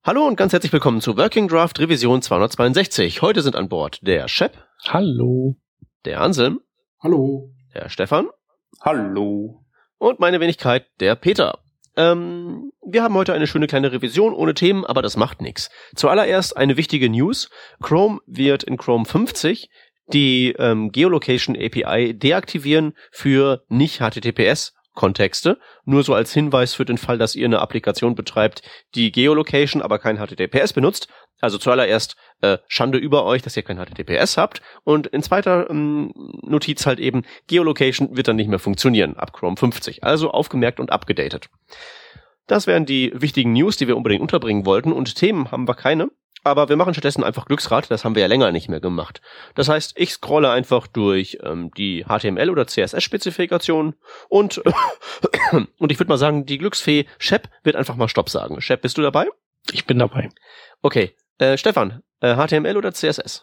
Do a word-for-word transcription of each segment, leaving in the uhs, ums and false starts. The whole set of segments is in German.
Hallo und ganz herzlich willkommen zu Working Draft Revision zweihundertzweiundsechzig. Heute sind an Bord der Shep. Hallo. Der Anselm. Hallo. Der Stefan. Hallo. Und meine Wenigkeit, der Peter. Ähm, wir haben heute eine schöne kleine Revision ohne Themen, aber das macht nichts. Zuallererst eine wichtige News. Chrome wird in Chrome fünfzig die ähm, Geolocation A P I deaktivieren für nicht H T T P S-Kontexte. Nur so als Hinweis für den Fall, dass ihr eine Applikation betreibt, die Geolocation, aber kein H T T P S benutzt. Also zuallererst äh, Schande über euch, dass ihr kein H T T P S habt. Und in zweiter ähm, Notiz halt eben, Geolocation wird dann nicht mehr funktionieren ab Chrome fünfzig. Also aufgemerkt und abgedatet. Das wären die wichtigen News, die wir unbedingt unterbringen wollten. Und Themen haben wir keine. Aber wir machen stattdessen einfach Glücksrad, das haben wir ja länger nicht mehr gemacht. Das heißt, ich scrolle einfach durch ähm, die H T M L- oder C S S-Spezifikationen und und ich würde mal sagen, die Glücksfee Shep wird einfach mal Stopp sagen. Shep, bist du dabei? Ich bin dabei. Okay, äh, Stefan, äh, H T M L oder C S S?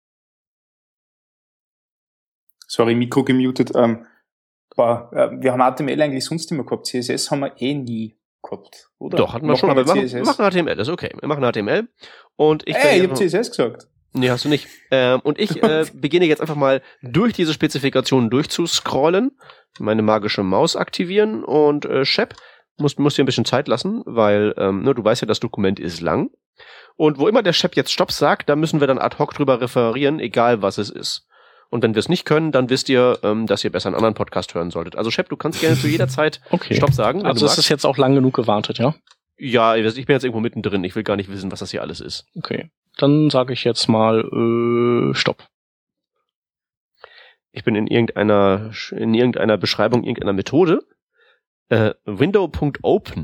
Sorry, Mikro gemutet. Ähm, boah, äh, wir haben H T M L eigentlich sonst immer gehabt, C S S haben wir eh nie gehabt, oder? Doch, hatten wir schon, aber wir machen, wir machen H T M L, das ist okay. Wir machen H T M L und ich... Ey, ich hab C S S gesagt. Nee, hast du nicht. Ähm, und ich äh, beginne jetzt einfach mal durch diese Spezifikationen durchzuscrollen, meine magische Maus aktivieren und äh, Shep muss, muss dir ein bisschen Zeit lassen, weil ähm, ne, du weißt ja, das Dokument ist lang. Und wo immer der Shep jetzt Stopp sagt, da müssen wir dann ad hoc drüber referieren, egal was es ist. Und wenn wir es nicht können, dann wisst ihr, ähm, dass ihr besser einen anderen Podcast hören solltet. Also Shep, du kannst gerne zu jeder Zeit okay. Stopp sagen. Also ist es jetzt auch lang genug gewartet, ja? Ja, ich bin jetzt irgendwo mittendrin. Ich will gar nicht wissen, was das hier alles ist. Okay, dann sage ich jetzt mal äh, Stopp. Ich bin in irgendeiner in irgendeiner Beschreibung irgendeiner Methode. Äh, Window.open.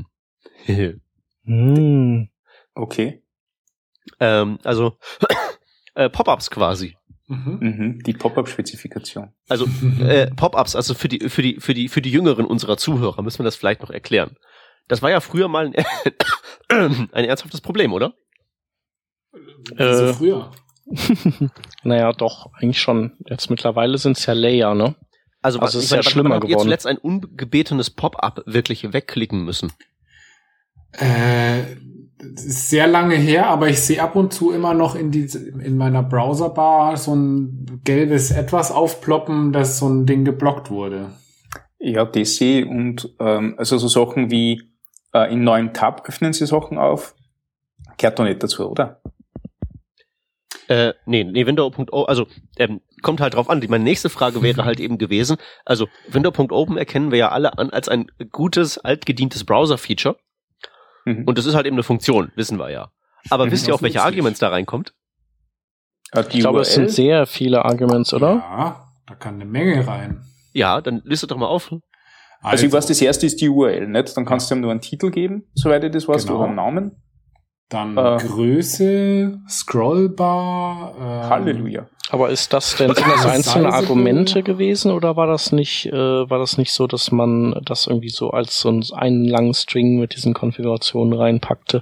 hm. Okay. Ähm, also äh, Pop-ups quasi. Mhm. Mhm, die Pop-up-Spezifikation. Also äh, Pop-ups, also für die für die für die für die Jüngeren unserer Zuhörer müssen wir das vielleicht noch erklären. Das war ja früher mal ein, ein ernsthaftes Problem, oder? Wieso Äh, früher? Naja, doch, eigentlich schon. Jetzt mittlerweile sind es ja Layer, ne? Also, also was, ist ja schlimmer habt ihr geworden. zuletzt ein ungebetenes Pop-up wirklich wegklicken müssen? Äh, das ist sehr lange her, aber ich sehe ab und zu immer noch in die, in meiner Browserbar so ein gelbes Etwas aufploppen, dass so ein Ding geblockt wurde. Ja, das sehe ich und ähm, also so Sachen wie äh, in neuen Tab öffnen sie Sachen auf. Gehört doch nicht dazu, oder? Äh, nee, nee, Window.o, also ähm, kommt halt drauf an. Meine nächste Frage wäre halt eben gewesen, also Window.open erkennen wir ja alle an als ein gutes, altgedientes Browser-Feature. Mhm. Und das ist halt eben eine Funktion, wissen wir ja. Aber Mhm, wisst ihr auch, welche nützlich. Arguments da reinkommt? Äh, Ich glaube, es sind sehr viele Arguments, oder? Ja, da kann eine Menge rein. Ja, dann listet doch mal auf. Also ich weiß, das erste ist die U R L, nicht? Dann kannst du ihm nur einen Titel geben, soweit ich das weiß, Genau. oder einen Namen. Dann Äh. Größe, Scrollbar. Ähm, Halleluja. Aber ist das denn, sind das Ja, einzelne sizable. Argumente gewesen oder war das nicht, äh, war das nicht so, dass man das irgendwie so als so einen langen String mit diesen Konfigurationen reinpackte?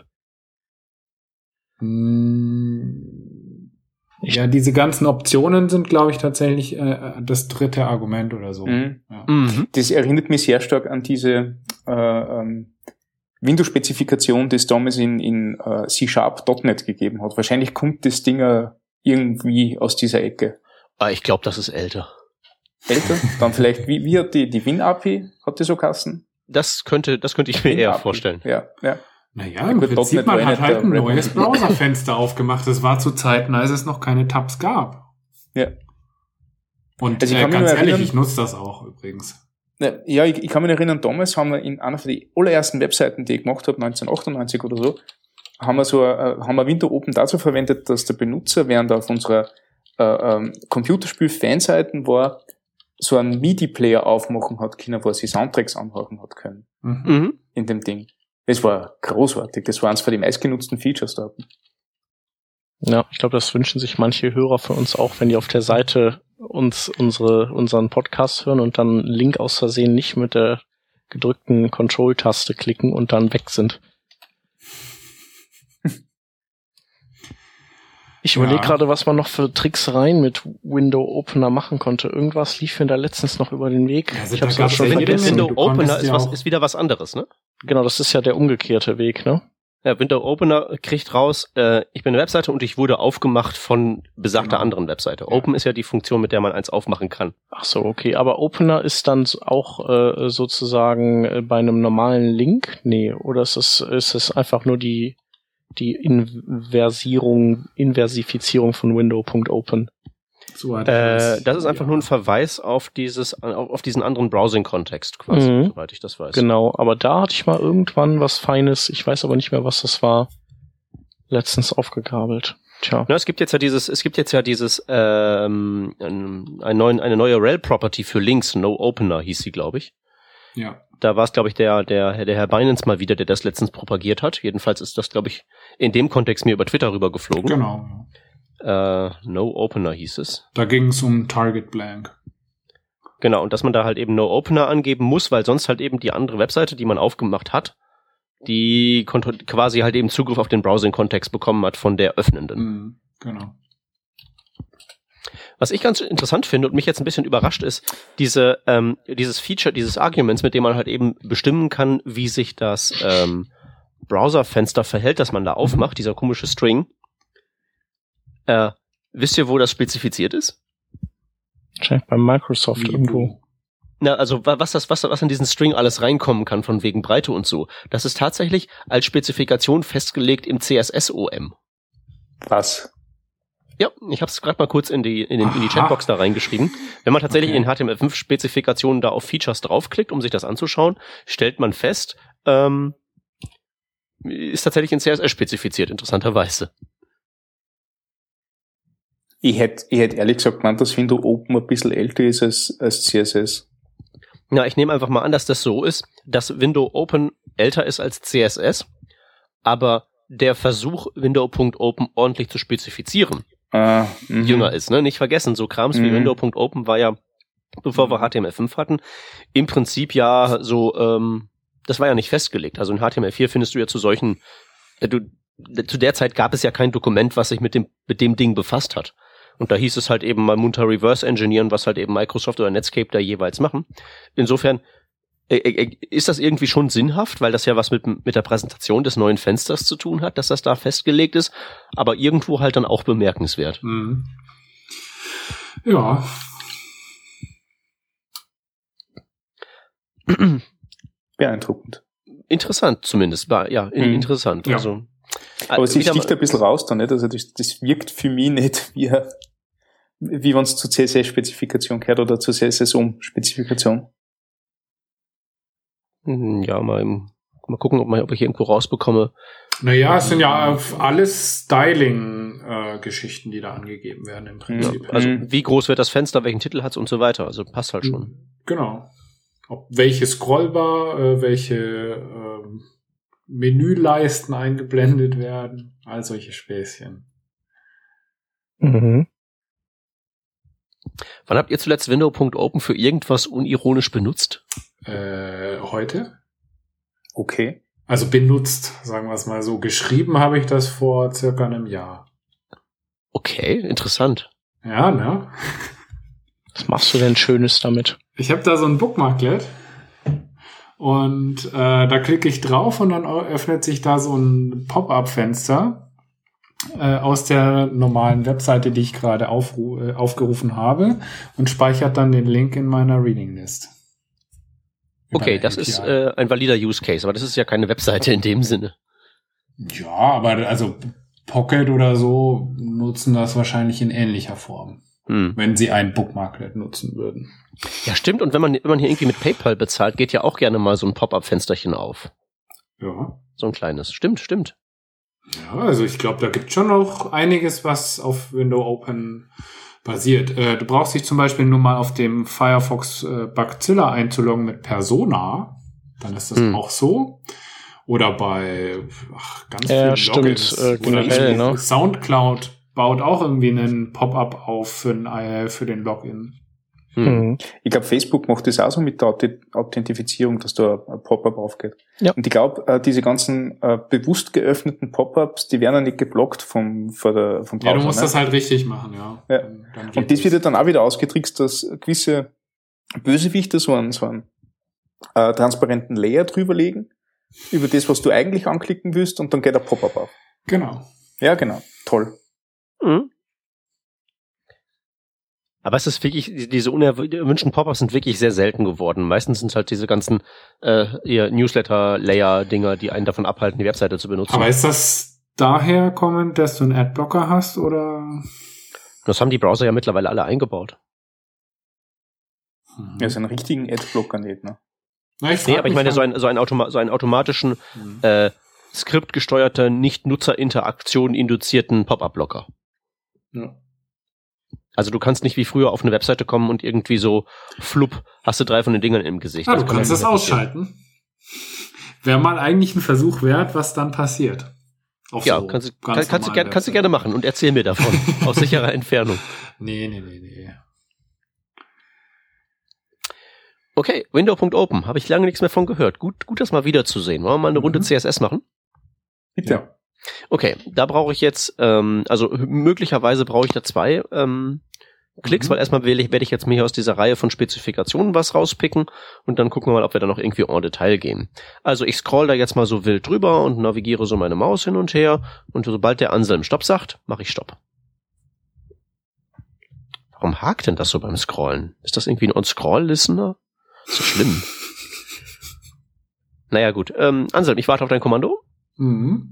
Hm, Ja, diese ganzen Optionen sind, glaube ich, tatsächlich äh, das dritte Argument oder so. Mhm. Ja. Mhm. Das erinnert mich sehr stark an diese äh, ähm, Windows-Spezifikation, die es damals in, in äh, C Sharp Punkt net gegeben hat. Wahrscheinlich kommt das Ding äh, irgendwie aus dieser Ecke. Ah, ich glaube, das ist älter. Älter? Dann vielleicht, wie, wie hat die, die Win-A P I, hat die so Kassen? Das könnte, das könnte ich mir eher vorstellen. Ja, ja. Naja, Ja, im gut, Prinzip, .NET man war hat nicht halt der ein Red neues Hat. Browserfenster aufgemacht. Das war zu Zeiten, als es noch keine Tabs gab. Ja. Und Also ich äh, kann mich ganz nur ehrlich, erinnern- ich nutze das auch übrigens. Ja, ich, ich kann mich erinnern, damals haben wir in einer von den allerersten Webseiten, die ich gemacht habe, neunzehnhundertachtundneunzig oder so, haben wir so, äh, haben wir Window Open dazu verwendet, dass der Benutzer, während er auf unserer äh, ähm, Computerspiel-Fanseiten war, so einen MIDI-Player aufmachen hat können, wo er sich Soundtracks anhören hat können. Mhm. Mhm. In dem Ding. Das war großartig. Das war eines von den meistgenutzten Features da. Ja, ich glaube, das wünschen sich manche Hörer von uns auch, wenn die auf der Seite uns unsere unseren Podcast hören und dann einen Link aus Versehen nicht mit der gedrückten Control-Taste klicken und dann weg sind. Ich Ja. überlege gerade, was man noch für Tricksereien mit Window Opener machen konnte. Irgendwas lief mir da letztens noch über den Weg. Ja, also ich da hab's gab's jetzt schon ja Wenn Window der vergessen. Window Du konntest Opener ist, ja was, auch- ist wieder was anderes, ne? Genau, das ist ja der umgekehrte Weg, ne? Ja, Window Opener kriegt raus, äh, ich bin eine Webseite und ich wurde aufgemacht von besagter Genau. anderen Webseite. Open ist ja die Funktion, mit der man eins aufmachen kann. Ach so, okay. Aber Opener ist dann auch äh, sozusagen äh, bei einem normalen Link? Nee, oder ist es, ist es einfach nur die, die Inversierung, Inversifizierung von Window.open? So hat Äh, das, das ist einfach ja. nur ein Verweis auf dieses, auf, auf diesen anderen Browsing-Kontext quasi, Mhm. soweit ich das weiß. Genau, aber da hatte ich mal irgendwann was Feines, ich weiß aber nicht mehr, was das war, letztens aufgegabelt. Tja. Na, es gibt jetzt ja dieses, es gibt jetzt ja dieses, ähm, ein, ein neuen, eine neue Rel-Property für Links, No Opener hieß sie, glaube ich. Ja. Da war es, glaube ich, der, der, der Herr Binance mal wieder, der das letztens propagiert hat. Jedenfalls ist das, glaube ich, in dem Kontext mir über Twitter rübergeflogen. Genau. Äh, No Opener hieß es. Da ging es um Target Blank. Genau, und dass man da halt eben No Opener angeben muss, weil sonst halt eben die andere Webseite, die man aufgemacht hat, die kontro- quasi halt eben Zugriff auf den Browsing-Kontext bekommen hat von der Öffnenden. Mhm. Genau. Was ich ganz interessant finde und mich jetzt ein bisschen überrascht ist, diese, ähm, dieses Feature, dieses Arguments, mit dem man halt eben bestimmen kann, wie sich das ähm, Browserfenster verhält, das man da aufmacht, dieser komische String. Äh, wisst ihr, wo das spezifiziert ist? Wahrscheinlich bei Microsoft Wie irgendwo. Na, also wa- was das, was, was in diesen String alles reinkommen kann, von wegen Breite und so, das ist tatsächlich als Spezifikation festgelegt im C S S O M. Was? Ja, ich habe es gerade mal kurz in die in, den, in die Aha. Chatbox da reingeschrieben. Wenn man tatsächlich Okay. in H T M L fünf Spezifikationen da auf Features draufklickt, um sich das anzuschauen, stellt man fest, ähm, ist tatsächlich in C S S spezifiziert, interessanterweise. Ich hätte ich hätt ehrlich gesagt gemeint, dass Window Open ein bisschen älter ist als, als C S S. Na, ich nehme einfach mal an, dass das so ist, dass Window Open älter ist als C S S, aber der Versuch, Window.open ordentlich zu spezifizieren, Ah, mhm. jünger ist. Ne? Nicht vergessen, so Krams wie Mhm. Window.open war ja, bevor wir H T M L fünf hatten, im Prinzip ja so, ähm, das war ja nicht festgelegt. Also in H T M L vier findest du ja zu solchen, äh, du, zu der Zeit gab es ja kein Dokument, was sich mit dem, mit dem Ding befasst hat. Und da hieß es halt eben mal munter reverse engineeren, was halt eben Microsoft oder Netscape da jeweils machen. Insofern äh, äh, ist das irgendwie schon sinnhaft, weil das ja was mit, mit der Präsentation des neuen Fensters zu tun hat, dass das da festgelegt ist, aber irgendwo halt dann auch bemerkenswert. Mhm. Ja. Beeindruckend. Interessant zumindest, war ja in, Mhm. interessant. Ja. Also, Aber äh, sie wieder sticht mal- ein bisschen raus da, nicht? Also das, das wirkt für mich nicht wie, wie wenn es zur C S S-Spezifikation gehört oder zur C S S O M-Spezifikation. Hm, ja, mal, im, mal gucken, ob, man, ob ich hier irgendwo rausbekomme. Naja, es sind ja alles Styling-Geschichten, die da angegeben werden im Ja, Prinzip. also Mhm. wie groß wird das Fenster, welchen Titel hat's und so weiter. Also passt halt schon. Genau. Ob welche Scrollbar, äh, welche ähm, Menüleisten eingeblendet werden, all solche Späßchen. Mhm. Wann habt ihr zuletzt Window.open für irgendwas unironisch benutzt? Äh, heute? Okay. Also benutzt, sagen wir es mal so. Geschrieben habe ich das vor circa einem Jahr. Okay, interessant. Ja, ne? Was machst du denn Schönes damit? Ich habe da so ein Bookmarklet und äh, da klicke ich drauf und dann öffnet sich da so ein Pop-up-Fenster äh, aus der normalen Webseite, die ich gerade aufru- äh, aufgerufen habe und speichert dann den Link in meiner Reading List. Über Okay, eine das A P I. ist äh, ein valider Use Case, aber das ist ja keine Webseite in dem Sinne. Ja, aber also Pocket oder so nutzen das wahrscheinlich in ähnlicher Form, Hm. wenn sie ein Bookmarklet nutzen würden. Ja, stimmt. Und wenn man, wenn man hier irgendwie mit PayPal bezahlt, geht ja auch gerne mal so ein Pop-up-Fensterchen auf. Ja. So ein kleines. Stimmt, stimmt. Ja, also ich glaube, da gibt schon noch einiges, was auf Window Open basiert. Äh, du brauchst dich zum Beispiel nur mal auf dem Firefox äh, Bugzilla einzuloggen mit Persona. Dann ist das Hm. auch so. Oder bei ach, ganz Ja, vielen stimmt, Logins. äh, Oder generell, ne? Soundcloud baut auch irgendwie einen Pop-up auf für, ein, äh, für den Login. Hm. Mhm. Ich glaube, Facebook macht das auch so mit der Auth- Authentifizierung, dass da ein Pop-up aufgeht. Ja. Und ich glaube, äh, diese ganzen äh, bewusst geöffneten Pop-ups, die werden ja nicht geblockt vom, von der, vom Browser. Ja, du musst ne? das halt richtig machen, ja. Ja. Dann, dann geht Und das wird ja dann auch wieder ausgetrickst, dass gewisse Bösewichte so einen, so einen äh, transparenten Layer drüber legen über das, was du eigentlich anklicken willst, und dann geht der Pop-up auf. Genau. Ja, genau. Toll. Mhm. Aber es ist wirklich, diese unerwünschten Pop-ups sind wirklich sehr selten geworden. Meistens sind es halt diese ganzen äh, eher Newsletter-Layer-Dinger, die einen davon abhalten, die Webseite zu benutzen. Aber ist das daher kommend, dass du einen Adblocker hast, oder? Das haben die Browser ja mittlerweile alle eingebaut. Hm. Ja, so einen richtigen Adblocker nicht, ne? Na, ich Nee, aber ich meine, so, halt, ein, so, ein Automa- so einen automatischen, hm. äh, skriptgesteuerter, nicht-Nutzerinteraktion induzierten Pop-up-Blocker. Ja. Also du kannst nicht wie früher auf eine Webseite kommen und irgendwie so, flupp, hast du drei von den Dingern im Gesicht. Ah, das du kann kannst ja das nicht passieren. ausschalten. Wäre mal eigentlich ein Versuch wert, was dann passiert. Auf Ja, so kannst, du- ganz kann, kannst, du normalen gerne, kannst du Webseiten. gerne machen und erzähl mir davon. Aus sicherer Entfernung. Nee, nee, nee, nee. Okay, Window.open. Habe ich lange nichts mehr von gehört. Gut, gut, das mal wiederzusehen. Wollen wir mal eine Runde Mhm. C S S machen? Bitte. Ja. Okay, da brauche ich jetzt, ähm, also h- möglicherweise brauche ich da zwei ähm, Klicks, Mhm. weil erstmal will ich, werde ich jetzt mir hier aus dieser Reihe von Spezifikationen was rauspicken und dann gucken wir mal, ob wir da noch irgendwie en Detail gehen. Also ich scroll da jetzt mal so wild drüber und navigiere so meine Maus hin und her und sobald der Anselm Stopp sagt, mache ich Stopp. Warum hakt denn das so beim Scrollen? Ist das irgendwie ein On-Scroll-Listener? Ist das schlimm? Naja gut, ähm, Anselm, ich warte auf dein Kommando. Mhm.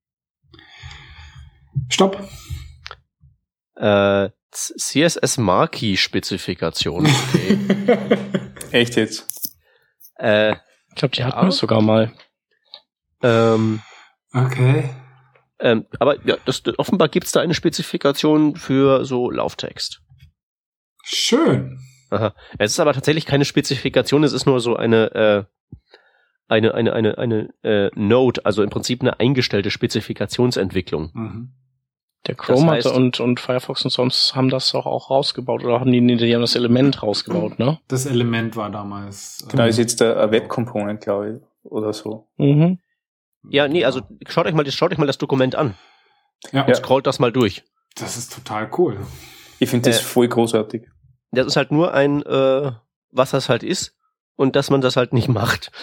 Stopp. Äh, C S S Marquee Spezifikation. Okay. Echt jetzt? äh, Ich glaube, die hatten Ja. wir sogar mal. ähm, Okay. ähm, aber ja, das, offenbar gibt's da eine Spezifikation für so Lauftext. Schön. Aha. Es ist aber tatsächlich keine Spezifikation, es ist nur so eine äh, eine eine eine eine äh, Node, also im Prinzip eine eingestellte Spezifikationsentwicklung. Mhm. Der Chrome Das heißt- hatte und, und Firefox und sonst haben das auch, auch rausgebaut oder haben die, die haben das Element rausgebaut, ne? Das Element war damals. Genau, äh, ist jetzt der Web Component, glaube ich, oder so. Mhm. Ja, nee, also schaut euch mal das schaut euch mal das Dokument an. Ja, Und scrollt das mal durch. das ist total cool. Ich finde das Äh. voll großartig. Das ist halt nur ein äh, was das halt ist und dass man das halt nicht macht.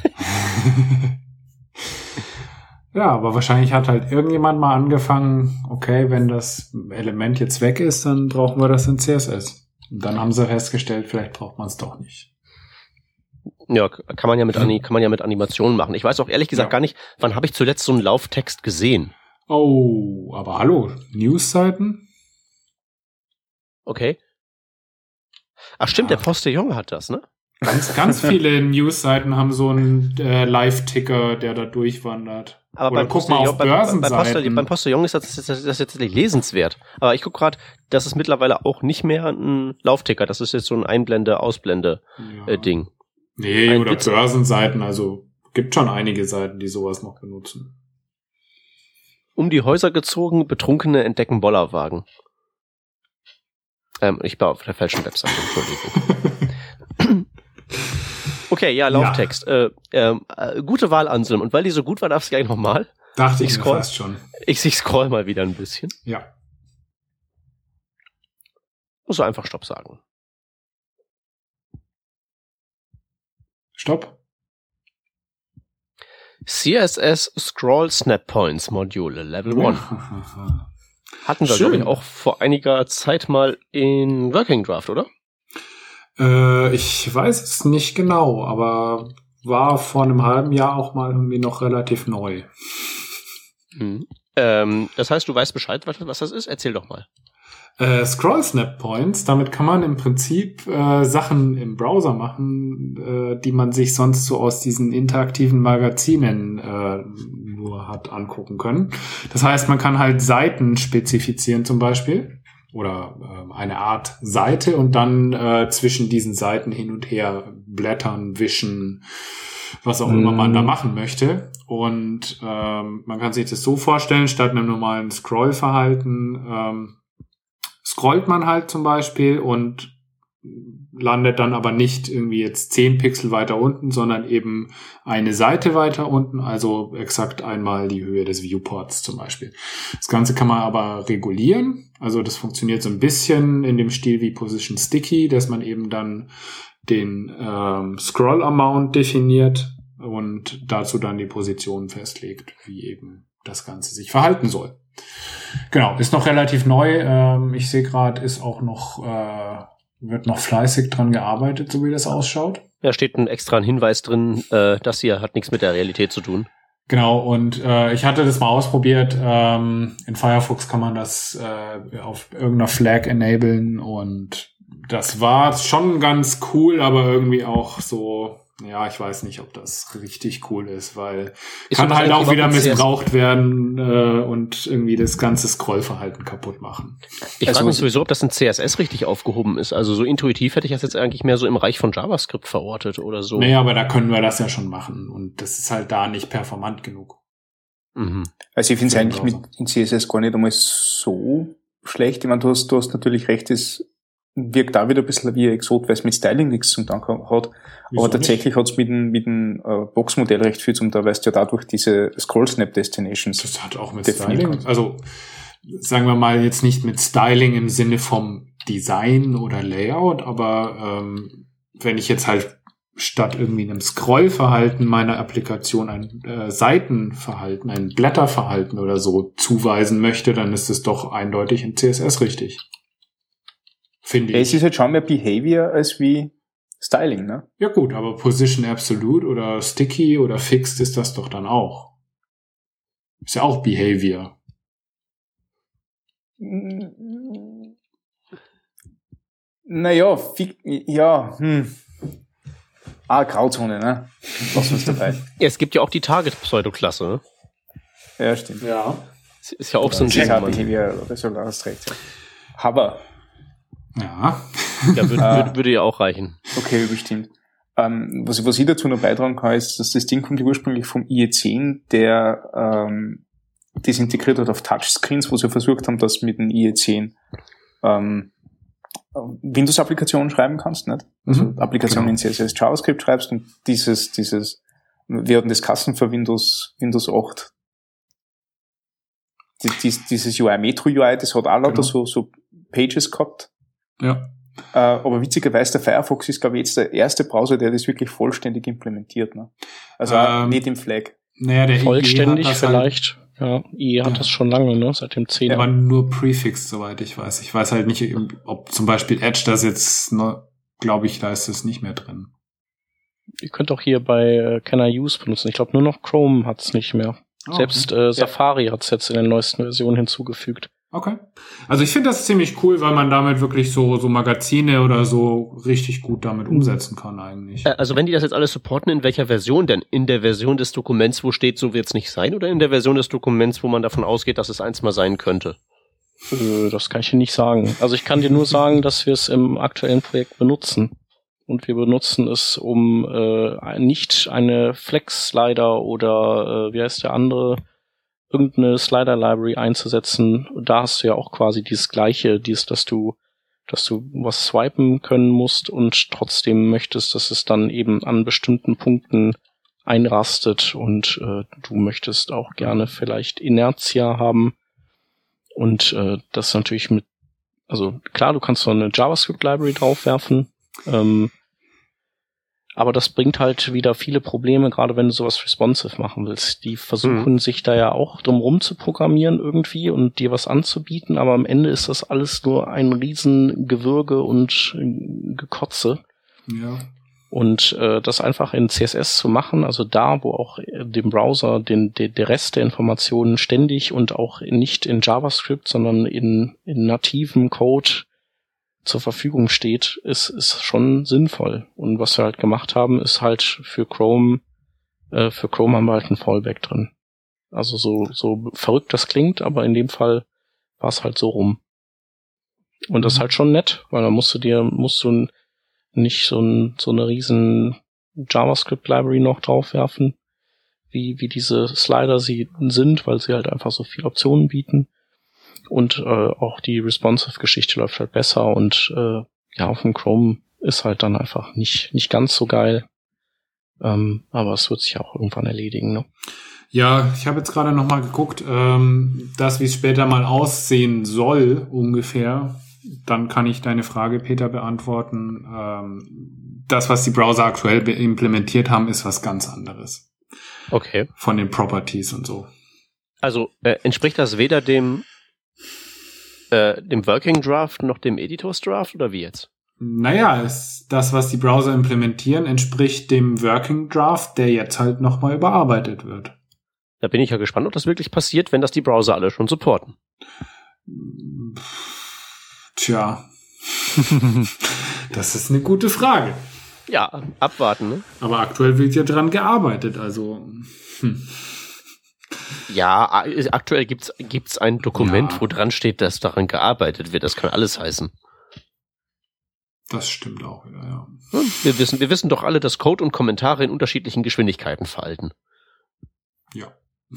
Ja, aber wahrscheinlich hat halt irgendjemand mal angefangen, okay, wenn das Element jetzt weg ist, dann brauchen wir das in C S S. Und dann haben sie festgestellt, vielleicht braucht man es doch nicht. Ja, kann man ja mit Ani- kann man ja mit Animationen machen. Ich weiß auch ehrlich gesagt Ja. gar nicht, wann habe ich zuletzt so einen Lauftext gesehen. Oh, aber hallo, Newsseiten? Okay. Ach stimmt, Ja. der Postillon hat das, ne? Ganz, ganz viele Newsseiten haben so einen äh, Live-Ticker, der da durchwandert. Aber Oder beim guck mal Postillon, auf beim, beim, Börsenseiten. Postillon, beim Postillon ist das, das, das ist jetzt nicht lesenswert. Aber ich guck gerade, das ist mittlerweile auch nicht mehr ein Laufticker. Das ist jetzt so ein Einblende-Ausblende-Ding. Ja. Äh, Ding. Nee, Ein oder Witz. Börsenseiten, also gibt schon einige Seiten, die sowas noch benutzen. Um die Häuser gezogen, Betrunkene entdecken Bollerwagen. Ähm, ich war auf der falschen Webseite, Entschuldigung. Okay, ja, Lauftext. Äh, ähm, äh, gute Wahl, Anselm. Und weil die so gut war, darfst du gleich nochmal. Dachte Ich ich mir scroll. fast schon. Ich, ich scroll mal wieder ein bisschen. Ja. Muss so einfach Stopp sagen. Stopp. C S S Scroll Snap Points Module Level eins. Hatten wir, Schön. glaube ich, auch vor einiger Zeit mal in Working Draft, oder? äh, ich weiß es nicht genau, aber war vor einem halben Jahr auch mal irgendwie noch relativ neu. Mhm. Ähm, das heißt, du weißt Bescheid, was, was das ist? Erzähl doch mal. Äh, Scroll Snap Points, damit kann man im Prinzip äh, Sachen im Browser machen, äh, die man sich sonst so aus diesen interaktiven Magazinen äh, nur hat angucken können. Das heißt, man kann halt Seiten spezifizieren zum Beispiel oder äh, eine Art Seite und dann äh, zwischen diesen Seiten hin und her blättern, wischen, was auch Mhm. immer man da machen möchte. Und ähm, man kann sich das so vorstellen, statt einem normalen Scrollverhalten ähm, scrollt man halt zum Beispiel und landet dann aber nicht irgendwie jetzt zehn Pixel weiter unten, sondern eben eine Seite weiter unten, also exakt einmal die Höhe des Viewports zum Beispiel. Das Ganze kann man aber regulieren, also das funktioniert so ein bisschen in dem Stil wie Position Sticky, dass man eben dann den ähm, Scroll Amount definiert, und dazu dann die Positionen festlegt, wie eben das Ganze sich verhalten soll. Genau, ist noch relativ neu. Ähm, ich sehe gerade, ist auch noch, äh, wird noch fleißig dran gearbeitet, so wie das ausschaut. Ja, steht ein extra ein Hinweis drin, äh, das hier hat nichts mit der Realität zu tun. Genau, und äh, ich hatte das mal ausprobiert. Ähm, in Firefox kann man das äh, auf irgendeiner Flag enablen und das war schon ganz cool, aber irgendwie auch so, ja, ich weiß nicht, ob das richtig cool ist, weil ist kann halt auch wieder missbraucht werden äh, und irgendwie das ganze Scrollverhalten kaputt machen. Ich also frage mich sowieso, ob das in C S S richtig aufgehoben ist. Also so intuitiv hätte ich das jetzt eigentlich mehr so im Reich von JavaScript verortet oder so. Naja, aber da können wir das ja schon machen und das ist halt da nicht performant genug. Mhm. Also ich finde es eigentlich mit in C S S gar nicht einmal so schlecht. Ich meine, du hast, du hast natürlich recht, es wirkt da wieder ein bisschen wie ein Exot, weil es mit Styling nichts zum Tun hat. Wieso aber tatsächlich hat es mit dem, mit dem äh, Boxmodell recht viel zum, da weißt du ja dadurch diese Scroll-Snap-Destinations. Das hat auch mit Styling, also sagen wir mal jetzt nicht mit Styling im Sinne vom Design oder Layout, aber ähm, wenn ich jetzt halt statt irgendwie einem Scrollverhalten meiner Applikation ein äh, Seitenverhalten, ein Blätterverhalten oder so zuweisen möchte, dann ist es doch eindeutig in C S S richtig. Finde ich. Es ist halt schon mehr Behavior als wie Styling, ne? Ja gut, aber Position Absolute oder Sticky oder Fixed ist das doch dann auch. Ist ja auch Behavior. Naja, ja, hm. Ah, Grauzone, ne? Was ist dabei? Ja, es gibt ja auch die Target-Pseudoklasse, ne? Ja, stimmt. Ja. Das ist ja auch so ein Ding. Behavior, das soll alles recht sein. Aber ja. Ja, würde, würde, würde ja auch reichen. Okay, bestimmt. Ähm, was, was ich dazu noch beitragen kann, ist, dass das Ding kommt ursprünglich vom I E zehn, der ähm, das integriert hat auf Touchscreens, wo sie versucht haben, dass mit dem I E zehn ähm, Windows-Applikationen schreiben kannst, nicht? Also mhm, Applikationen genau. in C S S, JavaScript schreibst und dieses, dieses, wir hatten das Kassen für Windows, Windows acht. Dies, dieses U I, Metro U I, das hat auch lauter genau. so, so Pages gehabt. Ja. Äh, aber witzigerweise, der Firefox ist, glaube ich, jetzt der erste Browser, der das wirklich vollständig implementiert. Ne? Also ähm, nicht im Flag. Naja, der vollständig vielleicht. Halt, ja, I E hat ja. das schon lange, ne? Seit dem zehn. Aber nur prefixed, soweit ich weiß. Ich weiß halt nicht, ob zum Beispiel Edge das jetzt, ne, glaube ich, da ist es nicht mehr drin. Ihr könnt auch hier bei äh, Can I Use benutzen. Ich glaube, nur noch Chrome hat es nicht mehr. Oh, Selbst okay. äh, Safari ja. hat es jetzt in den neuesten Versionen hinzugefügt. Okay. Also ich finde das ziemlich cool, weil man damit wirklich so so Magazine oder so richtig gut damit umsetzen kann eigentlich. Also wenn die das jetzt alles supporten, in welcher Version denn? In der Version des Dokuments, wo steht, so wird's nicht sein, oder in der Version des Dokuments, wo man davon ausgeht, dass es eins mal sein könnte? Äh, das kann ich dir nicht sagen. Also ich kann dir nur sagen, dass wir es im aktuellen Projekt benutzen. Und wir benutzen es, um äh, nicht eine Flex-Slider oder äh, wie heißt der andere, irgendeine Slider-Library einzusetzen. Da hast du ja auch quasi dieses Gleiche, dieses, dass du, dass du was swipen können musst und trotzdem möchtest, dass es dann eben an bestimmten Punkten einrastet und äh, du möchtest auch gerne vielleicht Inertia haben und äh, das natürlich mit, also klar, du kannst so eine JavaScript-Library draufwerfen, ähm, aber das bringt halt wieder viele Probleme, gerade wenn du sowas responsive machen willst. Die versuchen mhm. sich da ja auch drum rum zu programmieren irgendwie und dir was anzubieten, aber am Ende ist das alles nur ein riesen Gewürge und Gekotze. Ja. Und äh, das einfach in C S S zu machen, also da, wo auch dem Browser den, de, der Rest der Informationen ständig und auch nicht in JavaScript, sondern in, in nativem Code zur Verfügung steht, ist, ist schon sinnvoll. Und was wir halt gemacht haben, ist halt für Chrome, äh, für Chrome haben wir halt ein Fallback drin. Also so, so verrückt das klingt, aber in dem Fall war es halt so rum. Und das ist halt schon nett, weil da musst du dir, musst du nicht so, ein, so eine riesen JavaScript-Library noch draufwerfen, wie, wie diese Slider sie sind, weil sie halt einfach so viele Optionen bieten. Und äh, auch die Responsive-Geschichte läuft halt besser und äh, ja, auf dem Chrome ist halt dann einfach nicht nicht ganz so geil. Ähm, aber es wird sich auch irgendwann erledigen, ne? Ja, ich habe jetzt gerade noch mal geguckt, ähm, das, wie es später mal aussehen soll, ungefähr. Dann kann ich deine Frage, Peter, beantworten. Ähm, das, was die Browser aktuell implementiert haben, ist was ganz anderes. Okay. Von den Properties und so. Also äh, entspricht das weder dem äh, dem Working Draft noch dem Editors Draft oder wie jetzt? Naja, es, das, was die Browser implementieren, entspricht dem Working Draft, der jetzt halt nochmal überarbeitet wird. Da bin ich ja gespannt, ob das wirklich passiert, wenn das die Browser alle schon supporten. Tja. Das ist eine gute Frage. Ja, abwarten, ne? Aber aktuell wird ja dran gearbeitet, also. Hm. Ja, aktuell gibt's gibt's ein Dokument, Ja. wo dran steht, dass daran gearbeitet wird. Das kann alles heißen. Das stimmt auch wieder, ja. Wir wissen, wir wissen doch alle, dass Code und Kommentare in unterschiedlichen Geschwindigkeiten verhalten. Ja.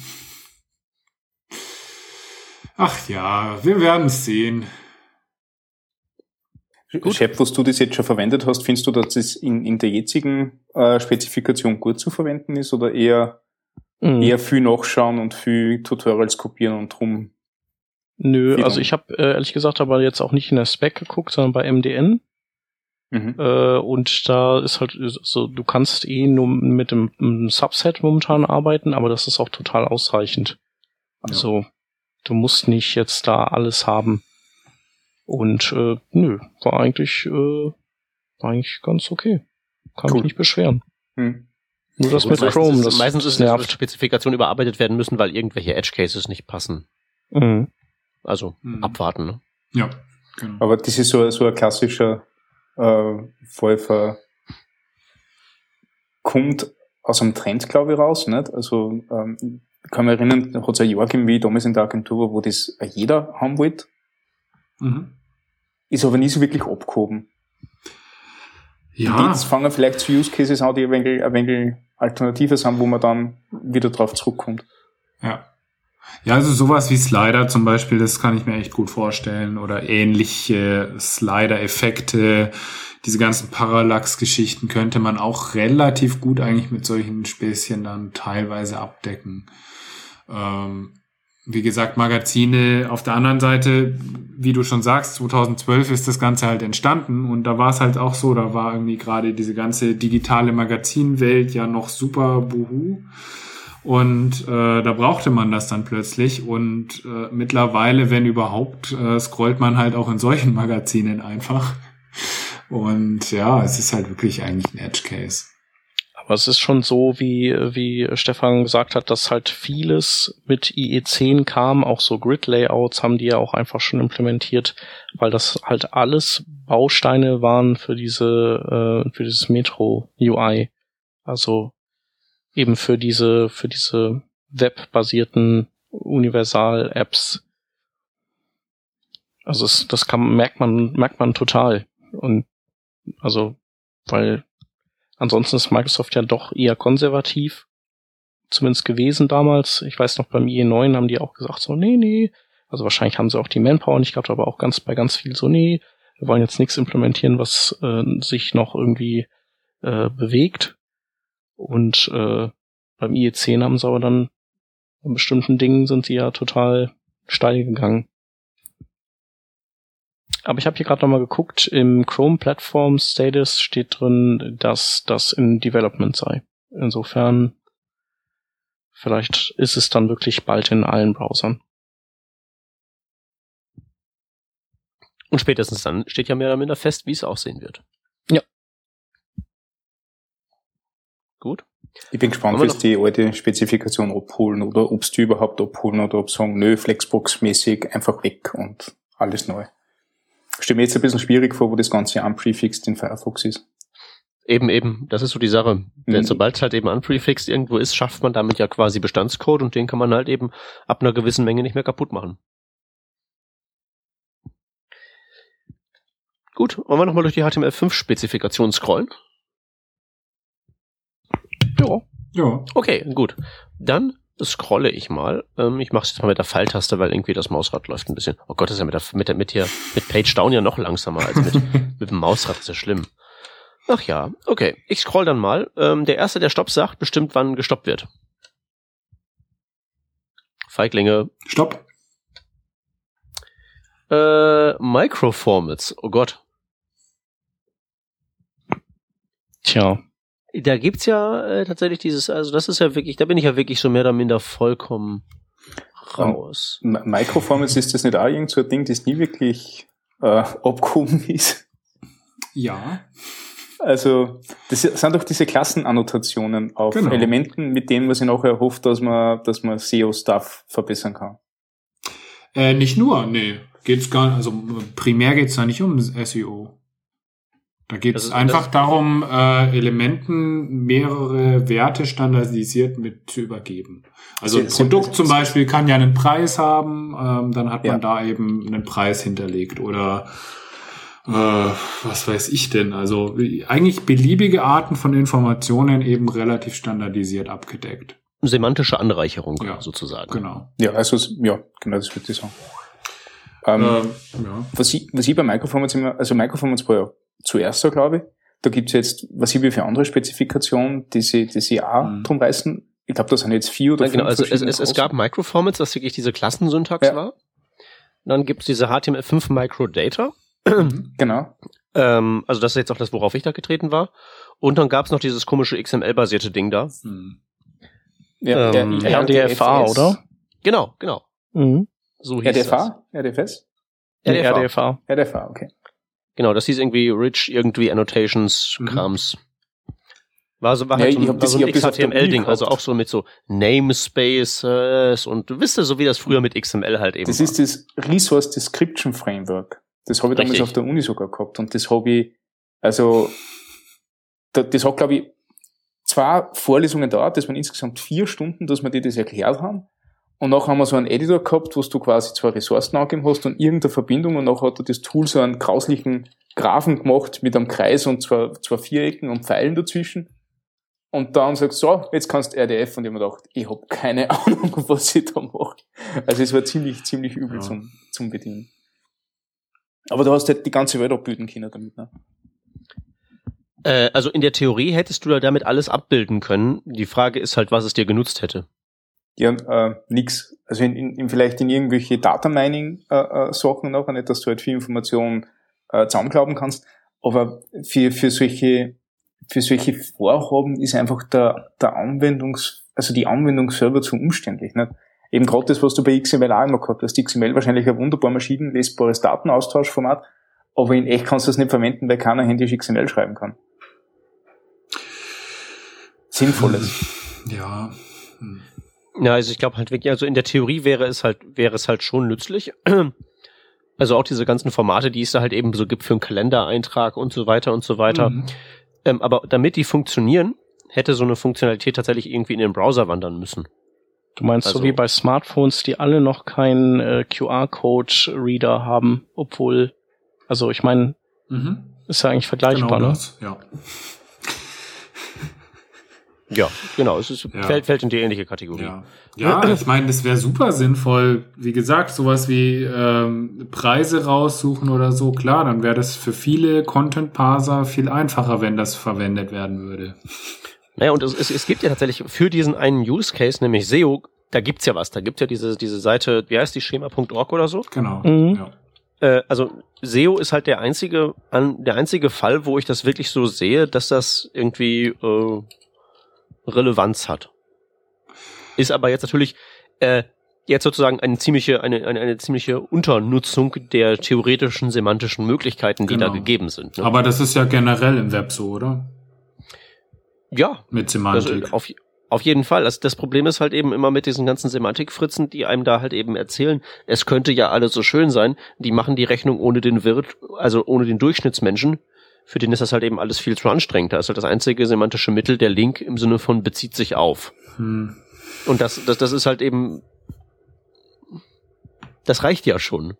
Ach ja, wir werden es sehen. Gut. Shep, was du das jetzt schon verwendet hast, findest du, dass es in, in der jetzigen äh, Spezifikation gut zu verwenden ist oder eher, mhm. eher viel nachschauen und viel Tutorials kopieren und drum? Nö, also ich habe äh, ehrlich gesagt aber jetzt auch nicht in der Spec geguckt, sondern bei M D N. Mhm. Äh, und da ist halt so, du kannst eh nur mit dem, dem Subset momentan arbeiten, aber das ist auch total ausreichend. Also ja. Du musst nicht jetzt da alles haben. Und äh, nö, war eigentlich, äh, war eigentlich ganz okay. Kann cool. mich nicht beschweren. Hm. Nur das ja, mit meistens Chrome, ist, das meistens ist nervt. es Spezifikationen überarbeitet werden müssen, weil irgendwelche Edge Cases nicht passen. Mhm. Also mhm. abwarten, ne? Ja, genau. Aber das ist so, so ein klassischer äh, Fall für kommt aus einem Trend, glaube ich, raus, nicht? Also ähm, ich kann mich erinnern, hat es ein Jahr gegeben, wie damals in der Agentur, wo das jeder haben wollte. Mhm. Ist aber nie so wirklich abgehoben. Ja. Und jetzt fangen vielleicht zu Use Cases an, die ein wenig, ein wenig Alternative sind, wo man dann wieder drauf zurückkommt. Ja. Ja, also sowas wie Slider zum Beispiel, das kann ich mir echt gut vorstellen. Oder ähnliche Slider-Effekte, diese ganzen Parallax-Geschichten könnte man auch relativ gut eigentlich mit solchen Späßchen dann teilweise abdecken. Ähm, wie gesagt, Magazine auf der anderen Seite, wie du schon sagst, zweitausendzwölf ist das Ganze halt entstanden und da war es halt auch so, da war irgendwie gerade diese ganze digitale Magazinwelt ja noch super buhu. Und äh, da brauchte man das dann plötzlich und äh, mittlerweile, wenn überhaupt, äh, scrollt man halt auch in solchen Magazinen einfach. Und ja, es ist halt wirklich eigentlich ein Edge-Case. Aber es ist schon so, wie wie Stefan gesagt hat, dass halt vieles mit I E zehn kam, auch so Grid-Layouts haben die ja auch einfach schon implementiert, weil das halt alles Bausteine waren für diese äh, für dieses Metro-U I. Also eben für diese, für diese webbasierten Universal-Apps. Also es, das kann, merkt man, merkt man total. Und, also, weil ansonsten ist Microsoft ja doch eher konservativ. Zumindest gewesen damals. Ich weiß noch, beim I E neun haben die auch gesagt so, nee, nee. Also wahrscheinlich haben sie auch die Manpower nicht gehabt, aber auch ganz, bei ganz viel so, nee. Wir wollen jetzt nichts implementieren, was äh, sich noch irgendwie äh, bewegt. Und äh, beim I E zehn haben sie aber dann bei bestimmten Dingen sind sie ja total steil gegangen. Aber ich habe hier gerade nochmal geguckt, im Chrome Platform Status steht drin, dass das in Development sei. Insofern vielleicht ist es dann wirklich bald in allen Browsern. Und spätestens dann steht ja mehr oder minder fest, wie es aussehen wird. Ja. Gut. Ich bin gespannt, wie es die alte Spezifikation abholen oder ob es die überhaupt abholen oder ob sie sagen, nö, Flexbox-mäßig einfach weg und alles neu. Stelle mir jetzt ein bisschen schwierig vor, wo das Ganze unprefixed in Firefox ist. Eben, eben. Das ist so die Sache. Mhm. Denn sobald es halt eben unprefixed irgendwo ist, schafft man damit ja quasi Bestandscode und den kann man halt eben ab einer gewissen Menge nicht mehr kaputt machen. Gut, wollen wir nochmal durch die H T M L fünf Spezifikation scrollen? Ja. Ja. Okay, gut. Dann scrolle ich mal. Ähm, ich mache es jetzt mal mit der Pfeiltaste, weil irgendwie das Mausrad läuft ein bisschen. Oh Gott, das ist ja mit der mit der mit hier mit Page Down ja noch langsamer als mit mit dem Mausrad. Das ist ja schlimm. Ach ja, okay. Ich scroll dann mal. Ähm, der erste, der Stopp sagt, bestimmt, wann gestoppt wird. Feiglinge. Stopp. Äh, Microformats. Oh Gott. Tja. Da gibt's ja äh, tatsächlich dieses, also das ist ja wirklich, da bin ich ja wirklich schon mehr oder minder vollkommen raus. Um, Microformats, ist das nicht auch irgend so ein Ding, das nie wirklich äh, abgehoben ist? Ja. Also, das sind doch diese Klassenannotationen auf Genau. Elementen, mit denen man sich nachher hofft, dass man, dass man S E O-Stuff verbessern kann. Äh, nicht nur, nee. Geht's gar nicht, also primär geht's da nicht um S E O. Da geht's Das ist- einfach das- darum, äh, Elementen mehrere Werte standardisiert mit zu übergeben. Also ein Sie- Sie- Produkt zum Beispiel kann ja einen Preis haben, ähm, dann hat man Ja. da eben einen Preis hinterlegt oder äh, was weiß ich denn? Also eigentlich beliebige Arten von Informationen eben relativ standardisiert abgedeckt. Semantische Anreicherung Ja. sozusagen. Genau. Ja, also, ja, genau, das würde ich sagen. Ähm, Ähm, ja. was, ich, was ich bei Microformats immer, also Microformats war ja zuerst so, glaube ich. Da gibt's jetzt, was ich wie für andere Spezifikationen, die sie, die sie auch Mhm. drum reißen. Ich glaube, da sind jetzt vier oder Ja, fünf genau, also es, verschiedene es, es Größen. gab Microformats, was wirklich diese Klassensyntax Ja. war. Dann gibt's diese H T M L fünf Microdata. Genau. Ähm, also das ist jetzt auch das, worauf ich da getreten war. Und dann gab's noch dieses komische X M L-basierte Ding da. Hm. Ja, Ähm, der- R D F A, R D F S. oder? Genau, genau. Mhm. So hieß R D F das. A? R D F S? Nee, R D F A. R D F A. R D F A, okay. Genau, das hieß irgendwie Rich, irgendwie Annotations, Mhm. Krams. War so, war Ja, halt so, ich ein- hab war das- so ich ein hab das auf der Uni X H T M L-Ding, also gehabt. auch so mit so Namespaces und du wisst ja, so wie das früher mit X M L halt eben Das war. ist das Resource Description Framework. Das habe ich damals Richtig. auf der Uni sogar gehabt und das habe ich, also, da, das hat, glaube ich, zwei Vorlesungen dauert, das waren insgesamt vier Stunden, dass wir dir das erklärt haben. Und nachher haben wir so einen Editor gehabt, wo du quasi zwei Ressourcen angegeben hast und irgendeine Verbindung und nachher hat er das Tool so einen grauslichen Graphen gemacht mit einem Kreis und zwei, zwei Vierecken und Pfeilen dazwischen. Und dann sagst du, so, jetzt kannst du R D F. Und ich habe mir gedacht, ich habe keine Ahnung, was ich da mache. Also es war ziemlich, ziemlich übel Ja. zum, zum Bedienen. Aber du hast halt die ganze Welt abbilden können damit, ne? Äh, also in der Theorie hättest du da damit alles abbilden können. Die Frage ist halt, was es dir genutzt hätte. Ja, äh, nix. Also in, in, in vielleicht in irgendwelche Data Mining äh, äh, Sachen noch, nicht, dass du halt viel Information äh, zusammenklauben kannst. Aber für, für solche, für solche Vorhaben ist einfach der, der Anwendungs, also die Anwendung selber zu umständlich, nicht? Eben gerade das, was du bei X M L auch immer gehabt hast. X M L wahrscheinlich ein wunderbar maschinenlesbares Datenaustauschformat, aber in echt kannst du das nicht verwenden, weil keiner händisch X M L schreiben kann. Sinnvolles. Ja. Hm. Ja, also ich glaube halt wirklich, also in der Theorie wäre es halt, wäre es halt schon nützlich. Also auch diese ganzen Formate, die es da halt eben so gibt für einen Kalendereintrag und so weiter und so weiter. Mhm. Ähm, aber damit die funktionieren, hätte so eine Funktionalität tatsächlich irgendwie in den Browser wandern müssen. Du meinst Also- so wie bei Smartphones, die alle noch keinen äh, Q R-Code-Reader haben, obwohl, also ich meine, Mhm. ist ja eigentlich vergleichbar, Genau ne? das, ja. Ja, genau, es ist, Ja. fällt, fällt in die ähnliche Kategorie. Ja, ja ich meine, das wäre super sinnvoll. Wie gesagt, sowas wie ähm, Preise raussuchen oder so, klar, dann wäre das für viele Content-Parser viel einfacher, wenn das verwendet werden würde. Naja, und es, es, es gibt ja tatsächlich für diesen einen Use Case, nämlich S E O, da gibt's ja was. Da gibt's ja diese, diese Seite, wie heißt die, schema punkt org oder so. Genau. Mhm. Ja. Äh, also S E O ist halt der einzige, an, der einzige Fall, wo ich das wirklich so sehe, dass das irgendwie äh, Relevanz hat. Ist aber jetzt natürlich äh, jetzt sozusagen eine ziemliche, eine, eine, eine ziemliche Unternutzung der theoretischen semantischen Möglichkeiten, die Genau. da gegeben sind. Ne? Aber das ist ja generell im Web so, oder? Ja, Mit also Semantik. auf, auf jeden Fall. Also das Problem ist halt eben immer mit diesen ganzen Semantikfritzen, die einem da halt eben erzählen, es könnte ja alles so schön sein, die machen die Rechnung ohne den Wirt, also ohne den Durchschnittsmenschen. Für den ist das halt eben alles viel zu anstrengend. Da ist halt das einzige semantische Mittel der Link im Sinne von bezieht sich auf. Hm. Und das, das, das ist halt eben, das reicht ja schon.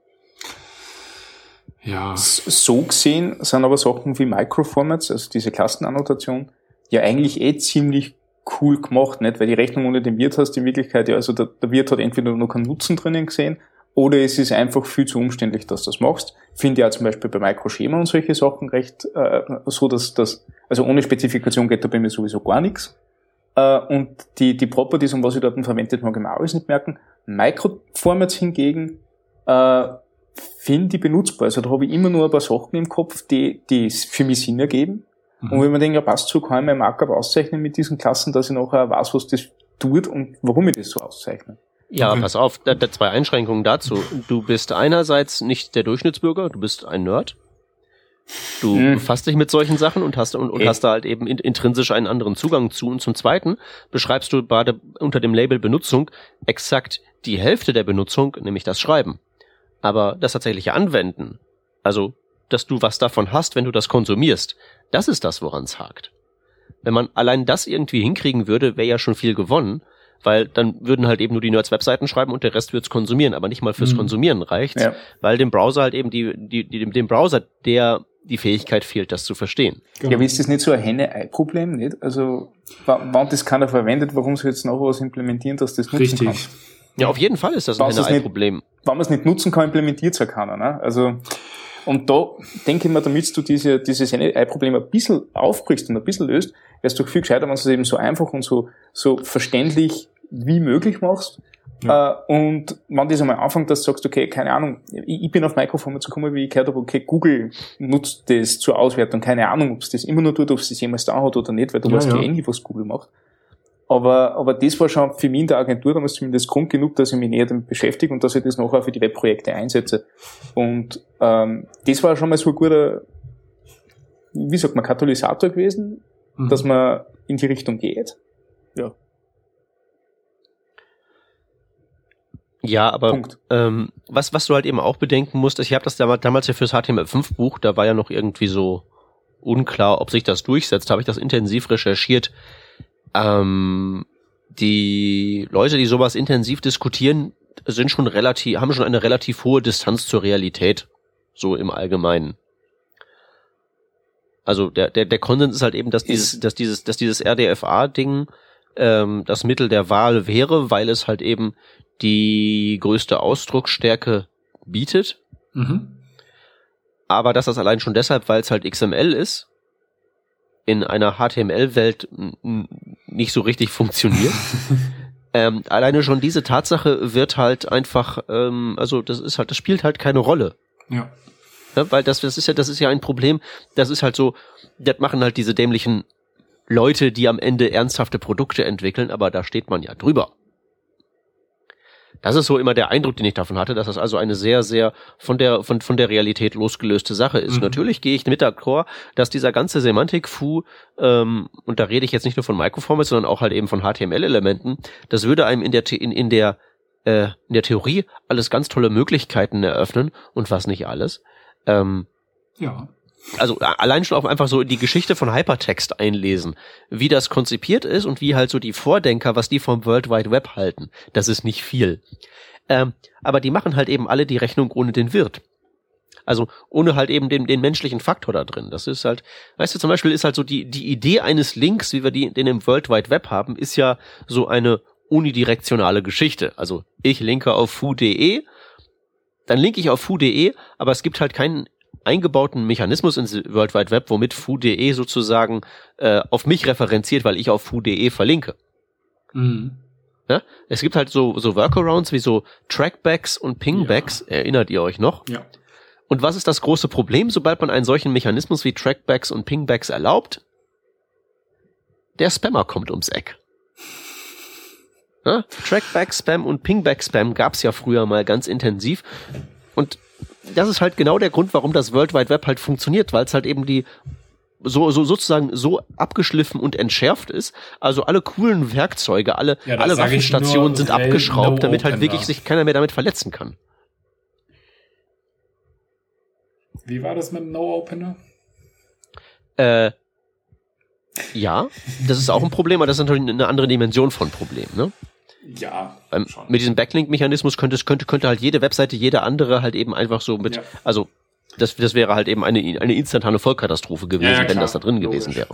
Ja. So gesehen sind aber Sachen wie Microformats, also diese Klassenannotation, ja eigentlich eh ziemlich cool gemacht, nicht? Weil die Rechnung ohne den Wirt hast in Wirklichkeit, ja, also der, der Wirt hat entweder noch keinen Nutzen drinnen gesehen, oder es ist einfach viel zu umständlich, dass du das machst. Finde ja zum Beispiel bei Microschema und solche Sachen recht äh, so, dass das, also ohne Spezifikation geht da bei mir sowieso gar nichts. Äh, und die, die Properties, um was ich dort verwendet, mag ich mir auch alles nicht merken. Microformats hingegen äh, finde ich benutzbar. Also da habe ich immer nur ein paar Sachen im Kopf, die, die für mich Sinn ergeben. Mhm. Und wenn man denkt, ja passt so, kann ich mein Markup auszeichnen mit diesen Klassen, dass ich nachher weiß, was das tut und warum ich das so auszeichne. Ja, okay. Pass auf, da, da zwei Einschränkungen dazu. Du bist einerseits nicht der Durchschnittsbürger, du bist ein Nerd. Du hm. befasst dich mit solchen Sachen und hast und, und hey. hast da halt eben in, intrinsisch einen anderen Zugang zu. Und zum Zweiten beschreibst du bei der, unter dem Label Benutzung exakt die Hälfte der Benutzung, nämlich das Schreiben. Aber das tatsächliche Anwenden, also dass du was davon hast, wenn du das konsumierst, das ist das, woran es hakt. Wenn man allein das irgendwie hinkriegen würde, wäre ja schon viel gewonnen, weil dann würden halt eben nur die Nerds Webseiten schreiben und der Rest wird's konsumieren, aber nicht mal fürs mhm. Konsumieren reicht's, ja. weil dem Browser halt eben die, die, die dem Browser der die Fähigkeit fehlt, das zu verstehen. Genau. Ja, aber ist das nicht so ein Henne-Ei-Problem, nicht? Also, wann das keiner verwendet, warum soll jetzt noch was implementieren, dass das nutzen Richtig. kann? Ja, auf jeden Fall ist das ein Henne-Ei-Problem. Wenn man es nicht nutzen kann, implementiert es ja keiner, ne? Also, und da denke ich mir, damit du diese, dieses Henne-Ei-Problem ein bisschen aufbrichst und ein bisschen löst, wärst du viel gescheiter, wenn du es eben so einfach und so, so verständlich wie möglich machst. Ja. Uh, und wenn das einmal anfängt, dass du sagst, okay, keine Ahnung, ich, ich bin auf Microformats gekommen, wie ich gehört habe, okay, Google nutzt das zur Auswertung, keine Ahnung, ob es das immer nur tut, ob es das jemals da hat oder nicht, weil du ja, weißt ja eh nicht, was Google macht. Aber, aber das war schon für mich in der Agentur damals zumindest Grund genug, dass ich mich näher damit beschäftige und dass ich das nachher für die Webprojekte einsetze. Und ähm, das war schon mal so ein guter, wie sagt man, Katalysator gewesen, mhm. dass man in die Richtung geht. Ja. Ja, aber ähm, was was du halt eben auch bedenken musst, ich habe das damals ja fürs H T M L fünf Buch, da war ja noch irgendwie so unklar, ob sich das durchsetzt, habe ich das intensiv recherchiert. Ähm, die Leute, die sowas intensiv diskutieren, sind schon relativ, haben schon eine relativ hohe Distanz zur Realität, so im Allgemeinen. Also der der der Konsens ist halt eben, dass dieses dass dieses dass dieses R D F A-Ding ähm, das Mittel der Wahl wäre, weil es halt eben die größte Ausdrucksstärke bietet. Mhm. Aber das ist allein schon deshalb, weil es halt X M L ist, in einer H T M L-Welt nicht so richtig funktioniert. ähm, alleine schon diese Tatsache wird halt einfach, ähm, also das ist halt, das spielt halt keine Rolle. Ja. Ja, weil das, das ist ja, das ist ja ein Problem. Das ist halt so, das machen halt diese dämlichen Leute, die am Ende ernsthafte Produkte entwickeln, aber da steht man ja drüber. Das ist so immer der Eindruck, den ich davon hatte, dass das also eine sehr, sehr von der von von der Realität losgelöste Sache ist. Mhm. Natürlich gehe ich mit d'accord, dass dieser ganze Semantik-Fu, ähm, und da rede ich jetzt nicht nur von Microformats, sondern auch halt eben von H T M L-Elementen, das würde einem in der in, in der äh, in der Theorie alles ganz tolle Möglichkeiten eröffnen und was nicht alles. Ähm, ja. Also allein schon auch einfach so die Geschichte von Hypertext einlesen, wie das konzipiert ist und wie halt so die Vordenker, was die vom World Wide Web halten. Das ist nicht viel. Ähm, aber die machen halt eben alle die Rechnung ohne den Wirt. Also ohne halt eben den, den menschlichen Faktor da drin. Das ist halt, weißt du, zum Beispiel ist halt so die, die Idee eines Links, wie wir die, den im World Wide Web haben, ist ja so eine unidirektionale Geschichte. Also ich linke auf foo punkt de, dann linke ich auf foo punkt de, aber es gibt halt keinen eingebauten Mechanismus ins World Wide Web, womit foo punkt de sozusagen äh, auf mich referenziert, weil ich auf foo punkt de verlinke. Mhm. Ja? Es gibt halt so so Workarounds wie so Trackbacks und Pingbacks, ja. Erinnert ihr euch noch? Ja. Und was ist das große Problem, sobald man einen solchen Mechanismus wie Trackbacks und Pingbacks erlaubt? Der Spammer kommt ums Eck. Ja? Trackback-Spam und Pingback-Spam gab's ja früher mal ganz intensiv und das ist halt genau der Grund, warum das World Wide Web halt funktioniert, weil es halt eben die so so sozusagen so abgeschliffen und entschärft ist. Also alle coolen Werkzeuge, alle ja, alle Waffenstationen sind abgeschraubt, no damit halt wirklich sich keiner mehr damit verletzen kann. Wie war das mit dem No-Opener? Äh, ja, das ist auch ein Problem, aber das ist natürlich eine andere Dimension von Problem, ne? Ja, ähm, mit diesem Backlink-Mechanismus könnte, könnte, könnte halt jede Webseite, jede andere halt eben einfach so mit, ja. also das, das wäre halt eben eine, eine instantane Vollkatastrophe gewesen, ja, ja, wenn das da drin Logisch. gewesen wäre.